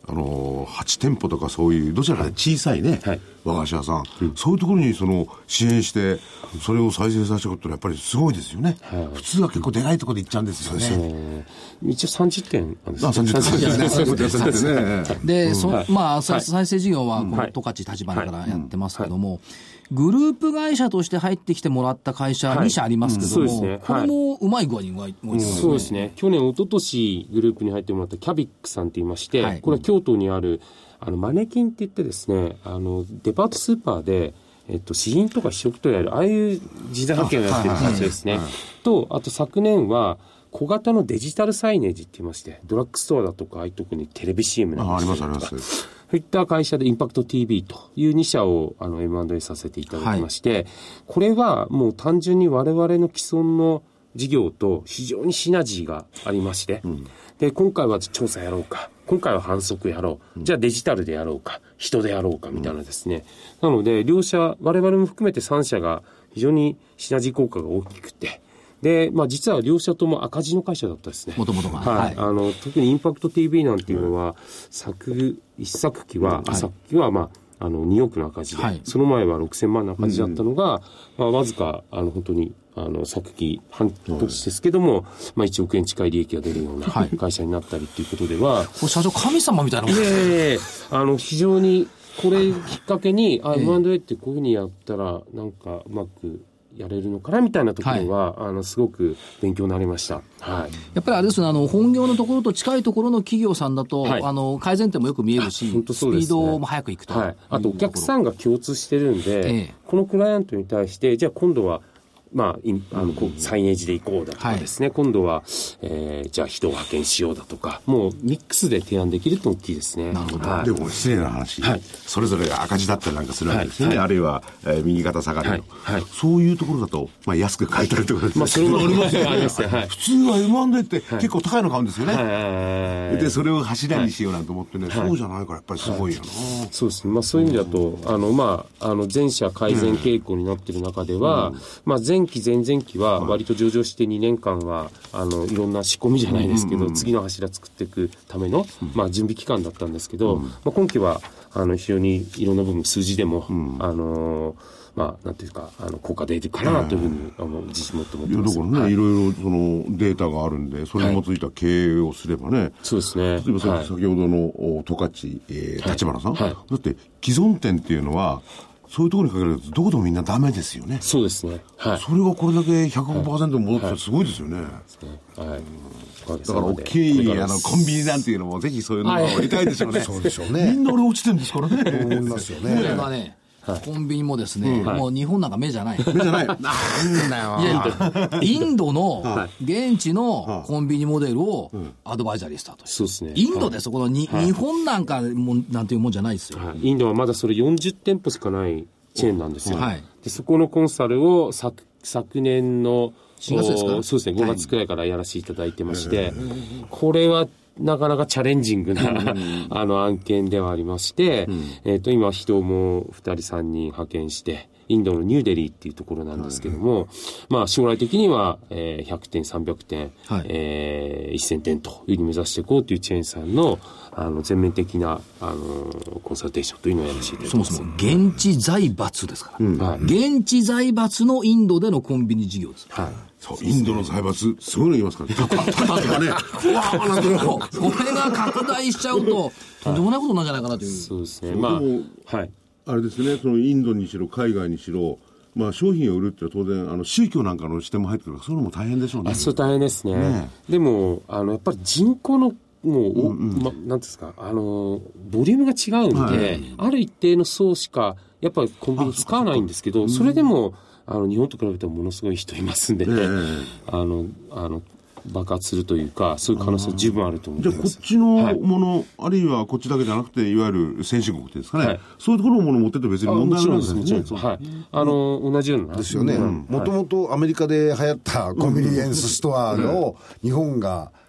あのはち店舗とかそういうどちらかで小さいね、はい、和菓子屋さん、うん、そういうところにその支援してそれを再生させたことってやっぱりすごいですよね、はい、普通は結構でかいところで行っちゃうんですよね。そうですね。 一応さんじゅってんなんですね。 あ、さんじゅってんで、うん、そまあ、再生事業はこの十勝立花からやってますけども、グループ会社として入ってきてもらった会社に社ありますけども、はい、うんね、これもうまい具合にうまい、 はい、そうですね。去年一昨年グループに入ってもらったキャビックさんといいまして、はい、これは京都にあるあのマネキンって言ってですね、あのデパートスーパーでえっと、試飲とか試食とやるああいう人材派遣をやってる会社ですね、はいはいはい、とあと昨年は小型のデジタルサイネージって言いまして、ドラッグストアだとかああいうとこにテレビ シーエム なんかしたりとか、そういった会社でインパクト ティーブイ というに社をあの エムアンドエー させていただきまして、はい、これはもう単純に我々の既存の事業と非常にシナジーがありまして、うん、で今回は調査やろうか、今回は販促やろう、うん、じゃあデジタルでやろうか、人でやろうかみたいなですね、うん、なので両社我々も含めてさん社が非常にシナジー効果が大きくて、で、まあ、実は両社とも赤字の会社だったですね。 もともとが。 はい。あの、特にインパクト ティーブイ なんていうのは、昨、一作期は、はい、昨期は、まあ、あの、におくの赤字で、はい、その前はろくせんまんの赤字だったのが、うん、まあ、わずか、あの、本当に、あの、昨期半年ですけども、まあ、いちおくえん近い利益が出るような会社になったりっていうことでは。はい、 これ社長、神様みたいなもんですね。ええあの、非常に、これきっかけに、あ、エムアンドエー ってこういうふうにやったら、なんか、うまく、やれるのかなみたいなところは、はい、あのすごく勉強になりました、はい、 やっぱりあれですね、あの本業のところと近いところの企業さんだと、はい、あの改善点もよく見えるし、ね、スピードも早くいくと、はい、 あとお客さんが共通してるんで、ええ、このクライアントに対してじゃあ今度はまあ、あのこうサイネージで行こうだとかですね、はい、今度は、えー、じゃあ人を派遣しようだとか、もうミックスで提案できると大きいですね。 なるほど、 はい、でも失礼な話、はい、それぞれが赤字だったりなんかするわけですね、はい、あるいは、えー、右肩下がりの、はいはい、そういうところだと、まあ、安く買えたりとかですね、 まあ、それもありますよ、ありますよ、はい、 普通は エムアンドエー って結構高いの買うんですよね、はい、でそれを柱にしようなんて思ってね、はい、そうじゃないからやっぱりすごいよな、はい、 そうですね、まあ、そういう意味だと、あの、まあ、あの全社改善傾向になっている中では、うんまあ、前期前々期は割と上場してにねんかんはあのいろんな仕込みじゃないですけど、うんうん、次の柱作っていくための、まあ、準備期間だったんですけど、うんまあ、今期はあの非常にいろんな部分数字でも、うん、あのまあ、なんていうかあの効果出てるかなというふうに、あの自信持って思ってます。 いやだからね、はい、いろいろそのデータがあるんでそれに基づいた経営をすればね、はい、 そうですね。 例えばさ、はい、先ほどの十勝、えー、立花さん、はいはい、だって既存店っていうのはそういうところにかけるとどこでもみんなダメですよね。 そうですね。はい。 それがこれだけ ひゃくごパーセント 戻ってすごいですよね。はい。はい、だから大きいあのコンビニなんていうのもぜひそういうのをやりたいでしょうね。 そうでしょうね。 みんな俺落ちてるんですからね。 思いますよね。 これがね。はい、コンビニもですね、うん、もう日本なんか目じゃない。 目じゃない。なんだよ。いや、インドの現地のコンビニモデルをアドバイザリースタートして。 そうですね。 インドでそこのに、はい、日本なんかもなんていうもんじゃないですよ。 はい、インドはまだそれよんじゅってんぽしかないチェーンなんですよ。はい、でそこのコンサルを昨、昨年のしがつですか？ そうですね、ごがつくらいからやらせていただいてまして、はい、これはなかなかチャレンジングなあの案件ではありまして、うん、えっと、今人もふたりさんにん派遣して、インドのニューデリーっていうところなんですけども、はい、まあ将来的には、えー、ひゃくてん、さんびゃくてん、はい、えー、せんてんというふうに目指していこうというチェーンさんの、あの全面的な、あのー、コンサルテーションというのをやらせていただきます。 そもそも現地財閥ですから、うんはい、現地財閥のインドでのコンビニ事業です。はい、 そうインドの財閥すごいの言いますからね。うわーなんてこれが拡大しちゃうととんでもないことなんじゃないかなという。 そうですね。まあはい。あれですね、そのインドにしろ海外にしろ、まあ、商品を売るって当然あの宗教なんかの視点も入ってくるからそういうのも大変でしょうね。 あ、そう大変ですね。ねでもあのやっぱり人口のもう、うんうんま、なんですかあのボリュームが違うんで、はい、ある一定の層しかやっぱりコンビニ使わないんですけど、そ, それでもあの日本と比べてもものすごい人いますんで、ね、えー、あのあの爆発するというかそういう可能性十分あると思います。 じゃあこっちのもの、はい、あるいはこっちだけじゃなくていわゆる先進国っていうんですかね、はい、そういうところのものを持ってって別に問題ないんですね。 もちろんはい、あの同じようなですよね。もともとアメリカで流行ったコンビニエンスストアを日本が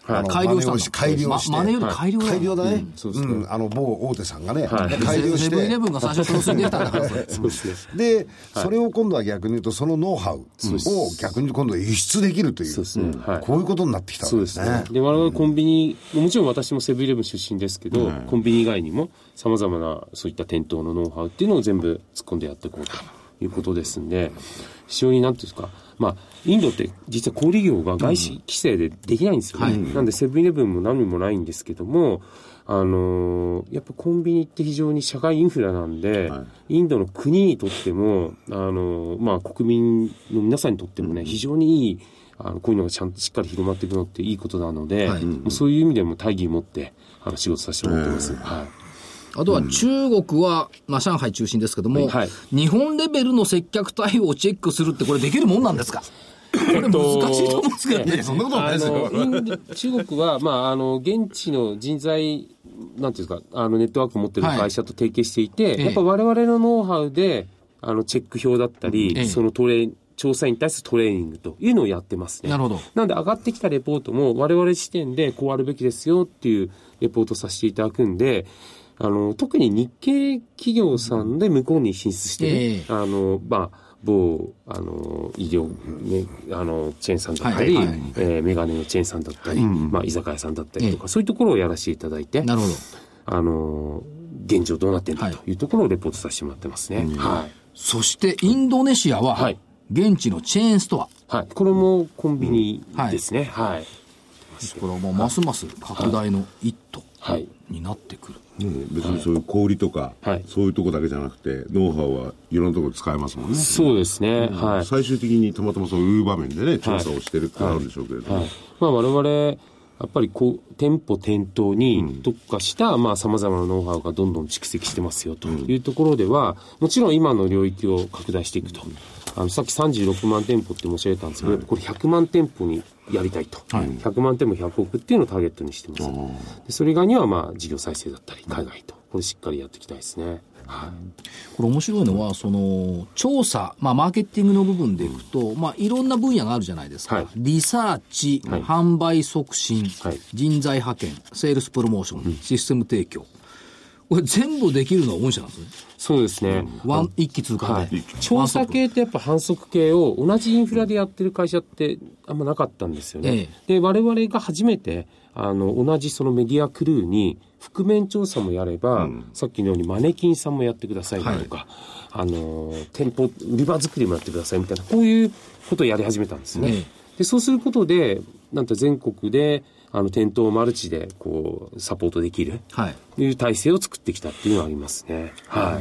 あの改良したんだ。 改良して。 マネより改良だ。 改良だね。そうですね。あの、某大手さんがね、改良して。 セブンイレブンが最初プロスに出たんだから、それ。そうですね。で、それを今度は逆に言うと、そのノウハウを逆に今度は輸出できるという、そうですね。こういうことになってきたわけですね。そうですね。 で、我々コンビニ、もちろん私もセブンイレブン出身ですけど、コンビニ以外にも様々なそういった店頭のノウハウっていうのを全部突っ込んでやっていこうということですんで、非常になんていうんですか、まあ、インドって実は小売業が外資規制でできないんですよね。うんはい、なんでセブンイレブンも何もないんですけども、あのー、やっぱコンビニって非常に社会インフラなんで、はい、インドの国にとっても、あのー、まあ、国民の皆さんにとってもね、非常にいい、あのこういうのがちゃんとしっかり広まっていくのっていいことなので、はい、もうそういう意味でも大義を持ってあの仕事させてもらってます。はい。 あとは中国は、まあ、上海中心ですけども、はい、日本レベルの接客対応をチェックするってこれできるもんなんですか？これ難しいと思うんですけどね。そんなことないですよ。 中国は、まあ、あの、現地の人材、なんていうんですか、あの、ネットワークを持っている会社と提携していて、はい、やっぱ我々のノウハウで、あの、チェック表だったり、ええ、そのトレー、調査員に対するトレーニングというのをやってますね。 なるほど。 なので上がってきたレポートも我々視点でこうあるべきですよっていうレポートさせていただくんで、あの、特に日系企業さんで向こうに進出してる、えー、あの、まあ、某、あの、医療、ね、あの、チェーンさんだったり、はいはい、えー、メガネのチェーンさんだったり、はい、まあ、居酒屋さんだったりとか、えー、そういうところをやらせていただいて、 なるほど。 あの、現状どうなってるんだというところをレポートさせてもらってますね。はい。はい、 そして、インドネシアは、はい、現地のチェーンストア。はい。これもコンビニですね。うん、はい。はい、 これはもうますます拡大の一途になってくる。 ね、別にそういう小売りとか、はい、そういうとこだけじゃなくてノウハウはいろんなところ使えますもんね。 そうですね、うん、はい、 最終的にたまたまそういう場面でね調査をしてるってあるんでしょうけれども、はいはい、 まあ、我々やっぱりこう店舗店頭に特化したさまざまなノウハウがどんどん蓄積してますよというところでは、もちろん今の領域を拡大していくと、あのさっきさんじゅうろくまん店舗って申し上げたんですけど、はい、これひゃくまん店舗にやりたいと、はい、ひゃくまん店舗ひゃくおくっていうのをターゲットにしてます。でそれ以外にはまあ事業再生だったり海外とこれしっかりやっていきたいですね。はい、 これ面白いのはその調査、まあ、マーケティングの部分でいくと、まあ、いろんな分野があるじゃないですか、はい、リサーチ、はい、販売促進、はい、人材派遣、セールスプロモーション、うん、システム提供、これ全部できるのは御社なんですね。 そうですね、 うん、ワン一気通過で、はい、 調査系ってやっぱ反則系を同じインフラでやってる会社ってあんまなかったんですよね、ええ、で我々が初めてあの同じそのメディアクルーに覆面調査もやれば、うん、さっきのようにマネキンさんもやってくださいとか、はい、あの店舗売り場作りもやってくださいみたいなこういうことをやり始めたんですね、ええ、でそうすることでなんと全国であの店頭マルチでこうサポートできるという体制を作ってきたっていうのがありますね、はい、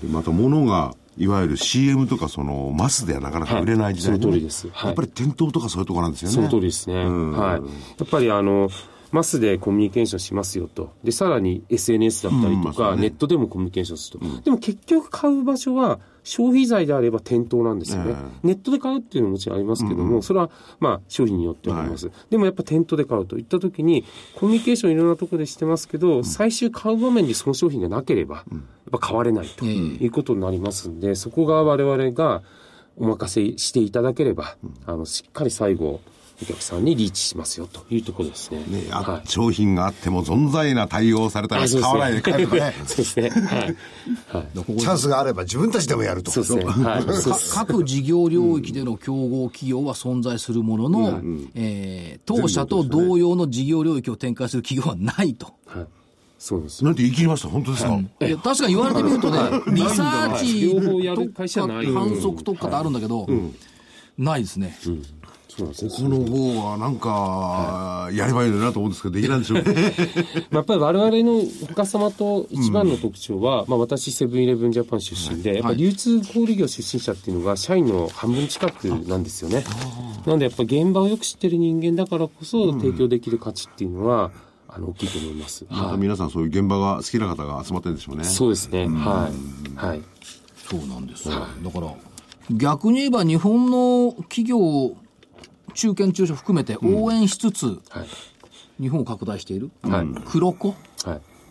でまた物がいわゆる シーエム とかそのマスではなかなか売れない時代、ね、 はい、その通りです、はい、 やっぱり店頭とかそういうところなんですよね。 その通りですね、はい、やっぱりあのマスでコミュニケーションしますよと。で、さらに エスエヌエス だったりとか、うん、ネットでもコミュニケーションすると。うん、でも結局買う場所は消費財であれば店頭なんですよね。うん、ネットで買うっていうのももちろんありますけども、うん、それはまあ商品によってあります。はい、でもやっぱ店頭で買うといったときに、コミュニケーションいろんなところでしてますけど、うん、最終買う場面でその商品がなければ、やっぱ買われないということになりますんで、うん、そこが我々がお任せしていただければ、うん、あの、しっかり最後、お客さんにリーチしますよというところですね。 ね、あ、はい、商品があっても存在な対応されたら買わないで帰るとね。 そうですね。はい。 はい、チャンスがあれば自分たちでもやると。 そうですね。はい、 各事業領域での競合企業は存在するものの、うん、えー、当社と同様の事業領域を展開する企業はないと。はい。 そうです。 なんて言い切りました。本当ですか？ うん、いや確かに言われてみるとね、リサーチとか反則とかってあるんだけど、うん、ないですね。うん、 ここの方はなんかやればいいのなと思うんですけどできないんでしょうね。 やっぱり我々のお客様と一番の特徴は、うん、まあ、私セブンイレブンジャパン出身で、はい、やっぱり流通小売業出身者っていうのが社員の半分近くなんですよね。なのでやっぱり現場をよく知ってる人間だからこそ提供できる価値っていうのは、うん、あの大きいと思います。 また皆さんそういう現場が好きな方が集まってるんでしょうね。 そうですね、うん、はい、はい、 そうなんですよ、はい、だから逆に言えば日本の企業中堅中小含めて応援しつつ、うん、はい、日本を拡大している、はい、黒子、はい、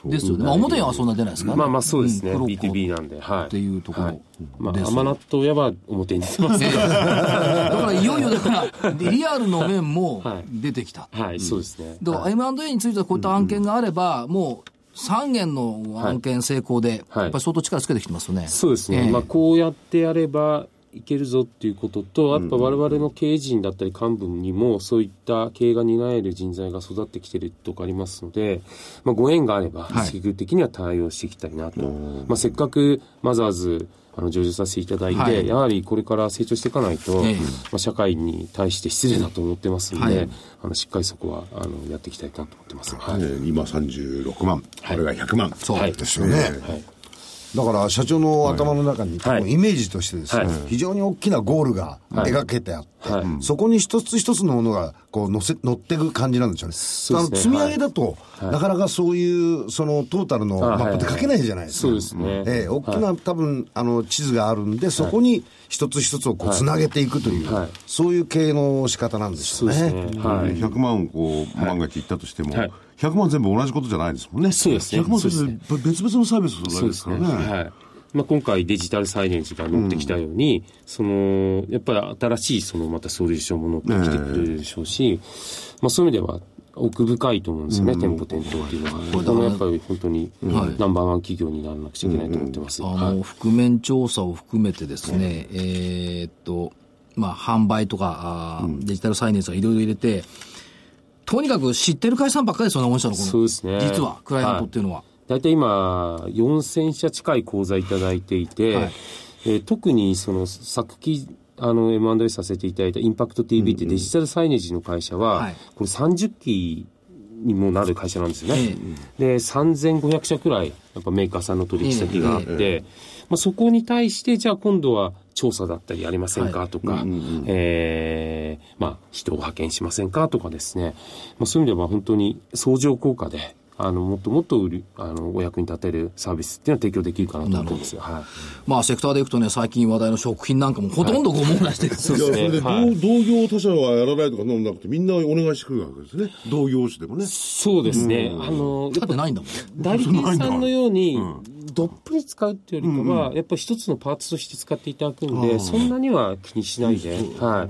ですよね。まあ、表にはそんな出ないですからね。 まあまあそうですね。 うん、 ビーツービー なんで。はい。 っていうところ。はい、 まあ、甘納豆屋は表に出てますけど。 だからいよいよだから、リアルの面も出てきた。 はい、はい、そうですね。 だから エムアンドエー についてはこういった案件があれば、もう、さん件の案件成功で、やっぱり相当力つけてきてますよね。はい、 そうですね。えー、まあ、こうやってやれば、いけるぞっていうことと、やっぱ我々の経営陣だったり幹部にもそういった経営が担える人材が育ってきているところありますので、まあ、ご縁があれば積極的には対応していきたいなと、はい、まあ、せっかくマザーズあの上場させていただいて、はい、やはりこれから成長していかないと、えーまあ、社会に対して失礼だと思ってますので、はい、あのしっかりそこはあのやっていきたいなと思ってます、 はい、今さんじゅうろくまん、これがひゃくまん、はい、 そうですよね、はいはい、だから社長の頭の中に、はい、イメージとしてですね、はい、非常に大きなゴールが描けてあって、はいはい、そこに一つ一つのものがこう乗せ乗っていく感じなんでしょうね。そうですね、積み上げだと、はい、なかなかそういうそのトータルのマップって書けないじゃないですか。 そうですね。 えー、大きな、はい、多分あの地図があるんで、そこに一つ一つをこうつなげていくという、はい、そういう経営の仕方なんでしょうね。そうですね、 はい、ひゃくまんこう万が一いったとしても、はい、ひゃくまん全部同じことじゃないですもんね。 そうですね。 ひゃくまんそれぞれ別々のサービスをするわけですからね。そうですね。はい。 まあ、今回デジタルサイネンジが乗ってきたように、うん、そのやっぱり新しいそのまたソリューションも乗ってきてくれるでしょうし、まあ、そういう意味では奥深いと思うんですよね、うん、店舗店頭っていうのは。これもやっぱり本当にナンバーワン企業にならなくちゃいけないと思ってます。 うんうん、あの覆面調査を含めてですね、うん、えー、っとまあ販売とか、うん、デジタルサイネンスがいろいろ入れて、とにかく知ってる会社さんばっかりですよね、御社のこの。 そうですね。 実はクライアントっていうのは。はい、 大体今よんせんしゃ近い講座いただいていて、はい、えー、特にその昨期あの エムアンドエー させていただいたインパクト ティーブイ ってデジタルサイネージの会社は、うんうん、これさんじゅっきにもなる会社なんですよね、えー、でさんぜんごひゃくしゃくらいやっぱメーカーさんの取引先があって、えーえーまあ、そこに対してじゃあ今度は調査だったりやりませんかとか、はい、うんうんうん、えー、まあ人を派遣しませんかとかですね、まあ、そういう意味では本当に相乗効果であのもっともっと売りあのお役に立てるサービスっていうのは提供できるかなと思うんですよ。はい、まあセクターでいくとね、最近話題の食品なんかもほとんどご網羅してる、はい、 そうですね。いや、それで、はい、同業他社はやらないとかなんなくてみんなお願いしてくるわけですね。同業種でもね。 そうですね。あのだってないんだもん。 代理店さんのようにどっぷり使うっていうよりかは、うん、やっぱり一つのパーツとして使っていただくんで、うん、そんなには気にしないで、うん、はい、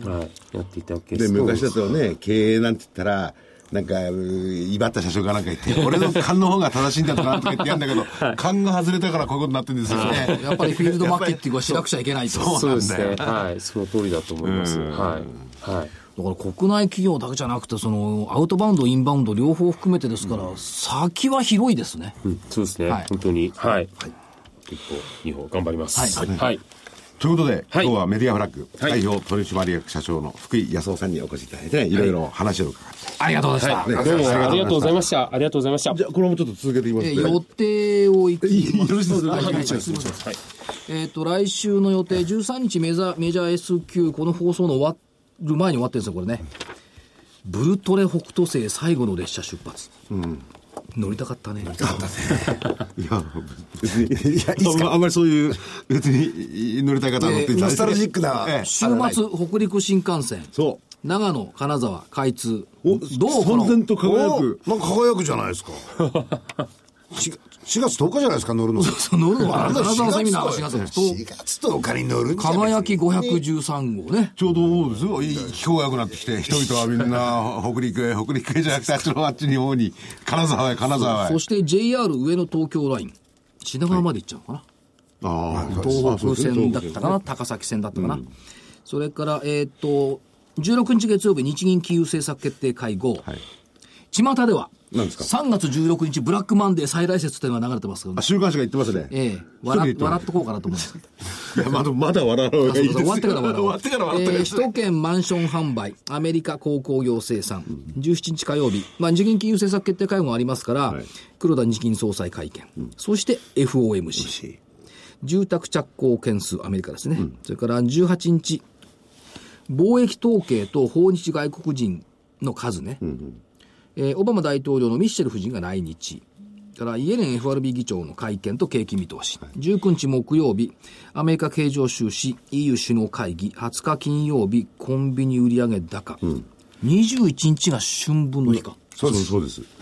はい、やっていただける。 で昔だとね、経営なんて言ったらなんか威張った社長がなんか言って俺の勘の方が正しいんだとかなんとか言ってやるんだけど、はい、勘が外れたからこういうことになってるんですよね。 やっぱりフィールドマーケティングはしなくちゃいけないと。 そうですね、はい、その通りだと思います。はい、はい、 だから国内企業だけじゃなくてそのアウトバウンドインバウンド両方含めてですから、うん、先は広いですね。 うん、そうですね、はい、本当に、はい、はい、一歩二歩頑張ります。はい、はいはい、 ということで、はい、今日はメディアフラッグ代表取締役社長の福井康夫さんにお越しいただいて、ね、いろいろ話を伺って、 はい、ありがとうございました、 はい、どうもありがとうございました。ありがとうございました。 じゃあこれもちょっと続けていきます、ね、 えー、予定をいきます。 よろしいですか。 はい、はい、はい、すみません。はい、えっ、ー、と来週の予定じゅうさんにちメジャーメジャー S q この放送の終わる前に終わってるんですよこれね。ブルトレ北斗星最後の列車出発、うん、乗りたかったね。乗りたかったね。 いや別にいやいいあんまりそういう別に乗りたい方は乗っていただいて、 ノスタルジックな、 ええ、週末北陸新幹線、そう長野金沢開通、 おどうこの燦然と輝く、 なんか輝くじゃないですか。しがつとおかじゃないですか乗るの。 そうそう乗るのは金沢セミナーがしがつしがつとおかに乗るんじゃない輝きごひゃくじゅうさんごうね。 ちょうどですよ。気候が良くなってきて人々はみんな北陸へ北陸へじゃなくてあっちのあっちの方に金沢へ金沢へ。 そ, そして ジェイアール 上野東京ライン品川まで行っちゃうのかな、はい、あ東北線だったかな、高崎線だったかな、うん、それからえー、っとじゅうろくにち月曜日日銀金融政策決定会合、はい、巷では何ですかさんがつじゅうろくにちブラックマンデー再来説というのが流れてますけど、ね、 あ週刊誌が言ってますね。 ええ笑, 笑っとこうかなと思いますいや ま, だまだ笑うのがいいですよ。 終わってから笑う終わってから笑ってから、 えー、首都圏マンション販売アメリカ鉱工業生産、うん、じゅうしちにち火曜日、まあ、日銀金融政策決定会合がありますから、はい、黒田日銀総裁会見、うん、そして エフオーエムシー 住宅着工件数アメリカですね、うん、それからじゅうはちにち貿易統計と訪日外国人の数ね、うんうんえー、オバマ大統領のミッシェル夫人が来日からイエレン エフアールビー 議長の会見と景気見通し、はい、じゅうくにち木曜日アメリカ経常収支 イーユー 首脳会議はつか金曜日コンビニ売上高、うん、にじゅういちにちが春分の日か、 うん、そうですそうです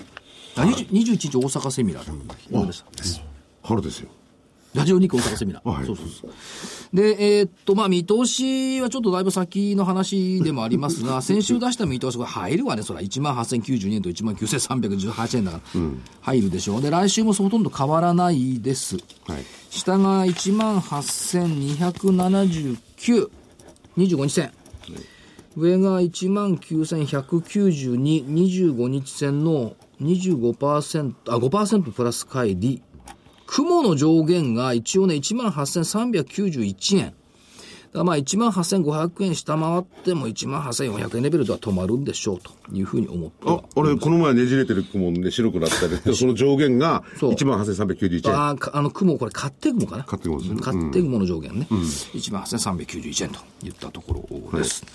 あにじゅういちにち大阪セミナーだ、うん、でした春ですよ。 ラジオ日経大阪セミナー、はい、そうそうそうで、えー、っとまあ見通しはちょっとだいぶ先の話でもありますが先週出した見通しが入るわね。そらいちまんはっせんきゅうじゅうにえんといちまんきゅうせんさんびゃくじゅうはちえんだから、うん、入るでしょう。で来週もほとんど変わらないです、はい、下がいちまんはっせんにひゃくななじゅうきゅう、にじゅうごにち線、上が いちまんきゅうせんひゃくきゅうじゅうに、にじゅうごにち線の にじゅうごパーセント、あ、ごパーセント プラス乖離。雲の上限が一応ね、いちまんはっせんさんびゃくきゅうじゅういちえん。だからまあいちまんはっせんごひゃくえん下回ってもいちまんはっせんよんひゃくえんレベルでは止まるんでしょうというふうに思っては。 あ、俺この前ねじれてる雲で白くなったりその上限がいちまんはっせんさんびゃくきゅうじゅういちえん。 ああの雲、これ買って雲かな。 買って雲ですね。 買って雲の上限ね。うん、いちまんはっせんさんびゃくきゅうじゅういちえんといったところです。はい、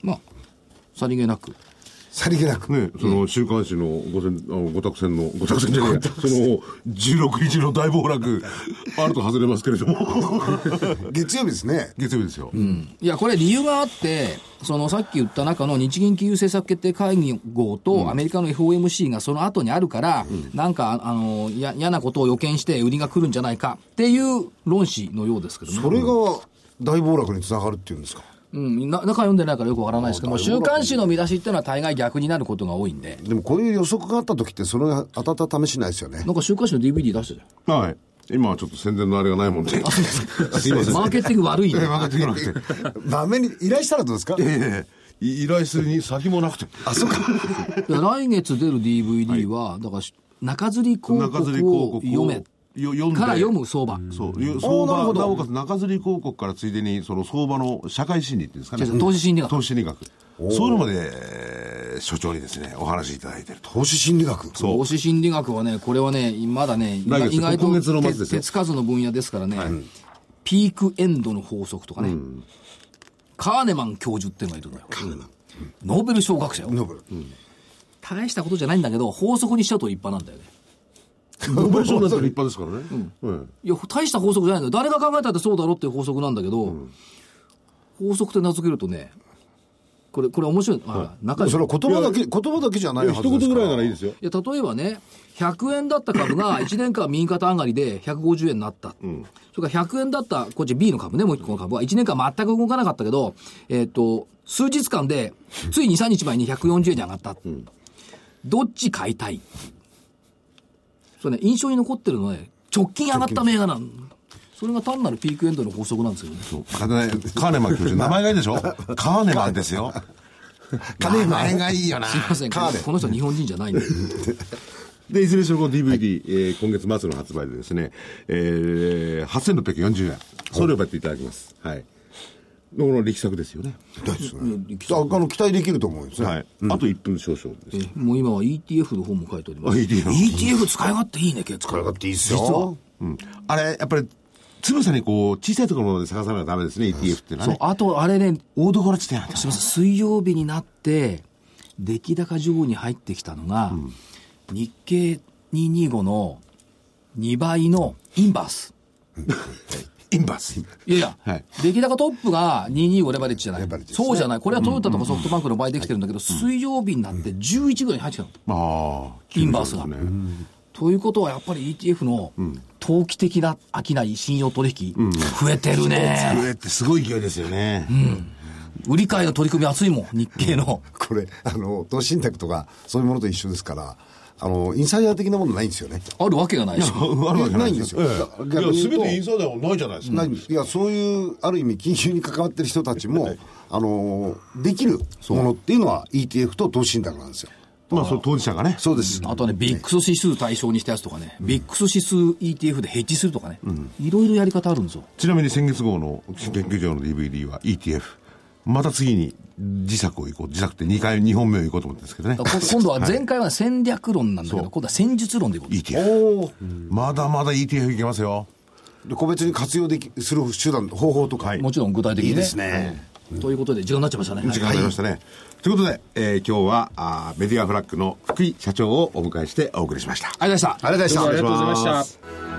まあ、さりげなく。 さりげなくね、その週刊誌のごせん、あのご託線のご託線じゃないそのじゅうろくにちの大暴落あると外れますけれども月曜日ですね。 月曜日ですよ、 うん、いやこれ理由があって、そのさっき言った中の日銀金融政策決定会合とアメリカの エフオーエムシー がその後にあるから、うん、なんかあのや嫌なことを予見して売りが来るんじゃないかっていう論旨のようですけども、 それが大暴落につながるっていうんですか。 うん、な中読んでないからよくわからないですけども、週刊誌の見出しっていうのは大概逆になることが多いんで。 でもこういう予測があった時ってそれが当たった試しないですよね。 なんか週刊誌の ディーブイディー 出してたよ。はい。今はちょっと宣伝のあれがないもんで。すいません。 マーケティング悪いね。 マーケティングなくて。ダメに依頼したらどうですか。 ええー、依頼するに先もなくて。 あ、そうか。 来月出る ディーブイディー は、はい、だから中吊り広告を読め。よ読んでから読む相場、 うん、そう相場なおかつ中吊り広告からついでにその相場の社会心理っていうんですかね、 投資心理学、 投資心理学、そういうのまで所長にですねお話しいただいていると。 投資心理学、 投資心理学はね、これはねまだね意外と手つかずの分野ですからね、はい、ピークエンドの法則とかね、うん、カーネマン教授っていうのがいるのよ。カーネマン、うん、ノーベル賞学者よ。ノーベル、うん、大したことじゃないんだけど法則にしちゃうと立派なんだよね。 ノーベル賞なんて立派ですからね、 うんうん、いや大した法則じゃないんだよ。誰が考えたってそうだろっていう法則なんだけど、うん、法則って名付けるとね、これこれ面白い、はい、中にそれは言葉だけ言葉だけじゃないはずですから。 一言ぐらいならいいですよ。 いや例えばね、ひゃくえんだった株がいちねんかん右肩上がりでひゃくごじゅうえんになった、うん、それからひゃくえんだったこっち B の株ね、もう一個の株はいちねんかん全く動かなかったけど、えー、と数日間でつい にさんにちまえにひゃくよんじゅうえんに上がった、うん、どっち買いたい。それね、印象に残ってるのはね、直近上がった銘柄なんだ。それが単なるピークエンドの法則なんですよね。そうカーネマン教授、名前がいいでしょカーネマンですよ。カーネマンがいいよな。 すいません、この人は日本人じゃないんで。 でいずれにしろこの ディーブイディー、えー、今月末の発売でですね、えー、はっせんろっぴゃくよんじゅうえん送料やっていただきます。はい。この力作ですよね。 ですね。あの期待できると思うんですね。はい。 うん、あといっぷん少々です。 もう今は イーティーエフ の本も書いております。 イーティーエフイーティーエフ 使い勝手いいね、結構。 使い勝手いいっすよ。 実は。 うん。あれ、やっぱり、つぶさにこう、小さいところまで探さないとダメですね、イーティーエフ っていうのはね。そう、 あと、あれね、 大所地点なんだ。 すみません、水曜日になって、出来高情報に入ってきたのが、うん、日経にひゃくにじゅうごのにばいのインバース。 インバース。 いやいや、はい、出来高トップがにひゃくにじゅうごレバレッジじゃない。ね、そうじゃない。これはトヨタとかソフトバンクの場合できてるんだけど、うん、水曜日になってじゅういちぐらいに入ってきたの。ああ。インバースが。ね、ということはやっぱり イーティーエフ の投機的な商い、信用取引、うん、増えてるね。 増えてすごい勢いですよね。 うん。売り買いの取り組み熱いもん、日経の。 これ、あの、投資信託とかそういうものと一緒ですから、あの、インサイダー的なものないんですよね。 あるわけがないし。 あるわけないんですよ。ええ、いや、すべてインサイダーはないじゃないですか。 ないんです。いや、そういう、ある意味、金融に関わってる人たちも、はい、あの、できるものっていうのは イーティーエフ と投資信託なんですよ。 まあ、その当事者がね。 そうです。 あとね、ビックス指数対象にしたやつとかね、うん、ビックス指数 イーティーエフ でヘッジするとかね、いろいろやり方あるんですよ。 ちなみに先月号の研究所の ディーブイディー は イーティーエフ。また次に自作を行こう。自作ってにかい、にほんめを行こうと思ってるんですけどね。 今度は前回は戦略論なんだけど、はい、今度は戦術論で行こう。 イーティーエフ。おー、まだまだ イーティーエフ いけますよ。 で個別に活用できする手段、方法とか。 はい、もちろん具体的にね。 いいですね。 うん、ということで、時間になっちゃいましたね。 時間になりましたね。はい、ということで、えー、今日はあメディアフラッグの福井社長をお迎えしてお送りしました。 ありがとうございました。 ありがとうございました。 ありがとうございました。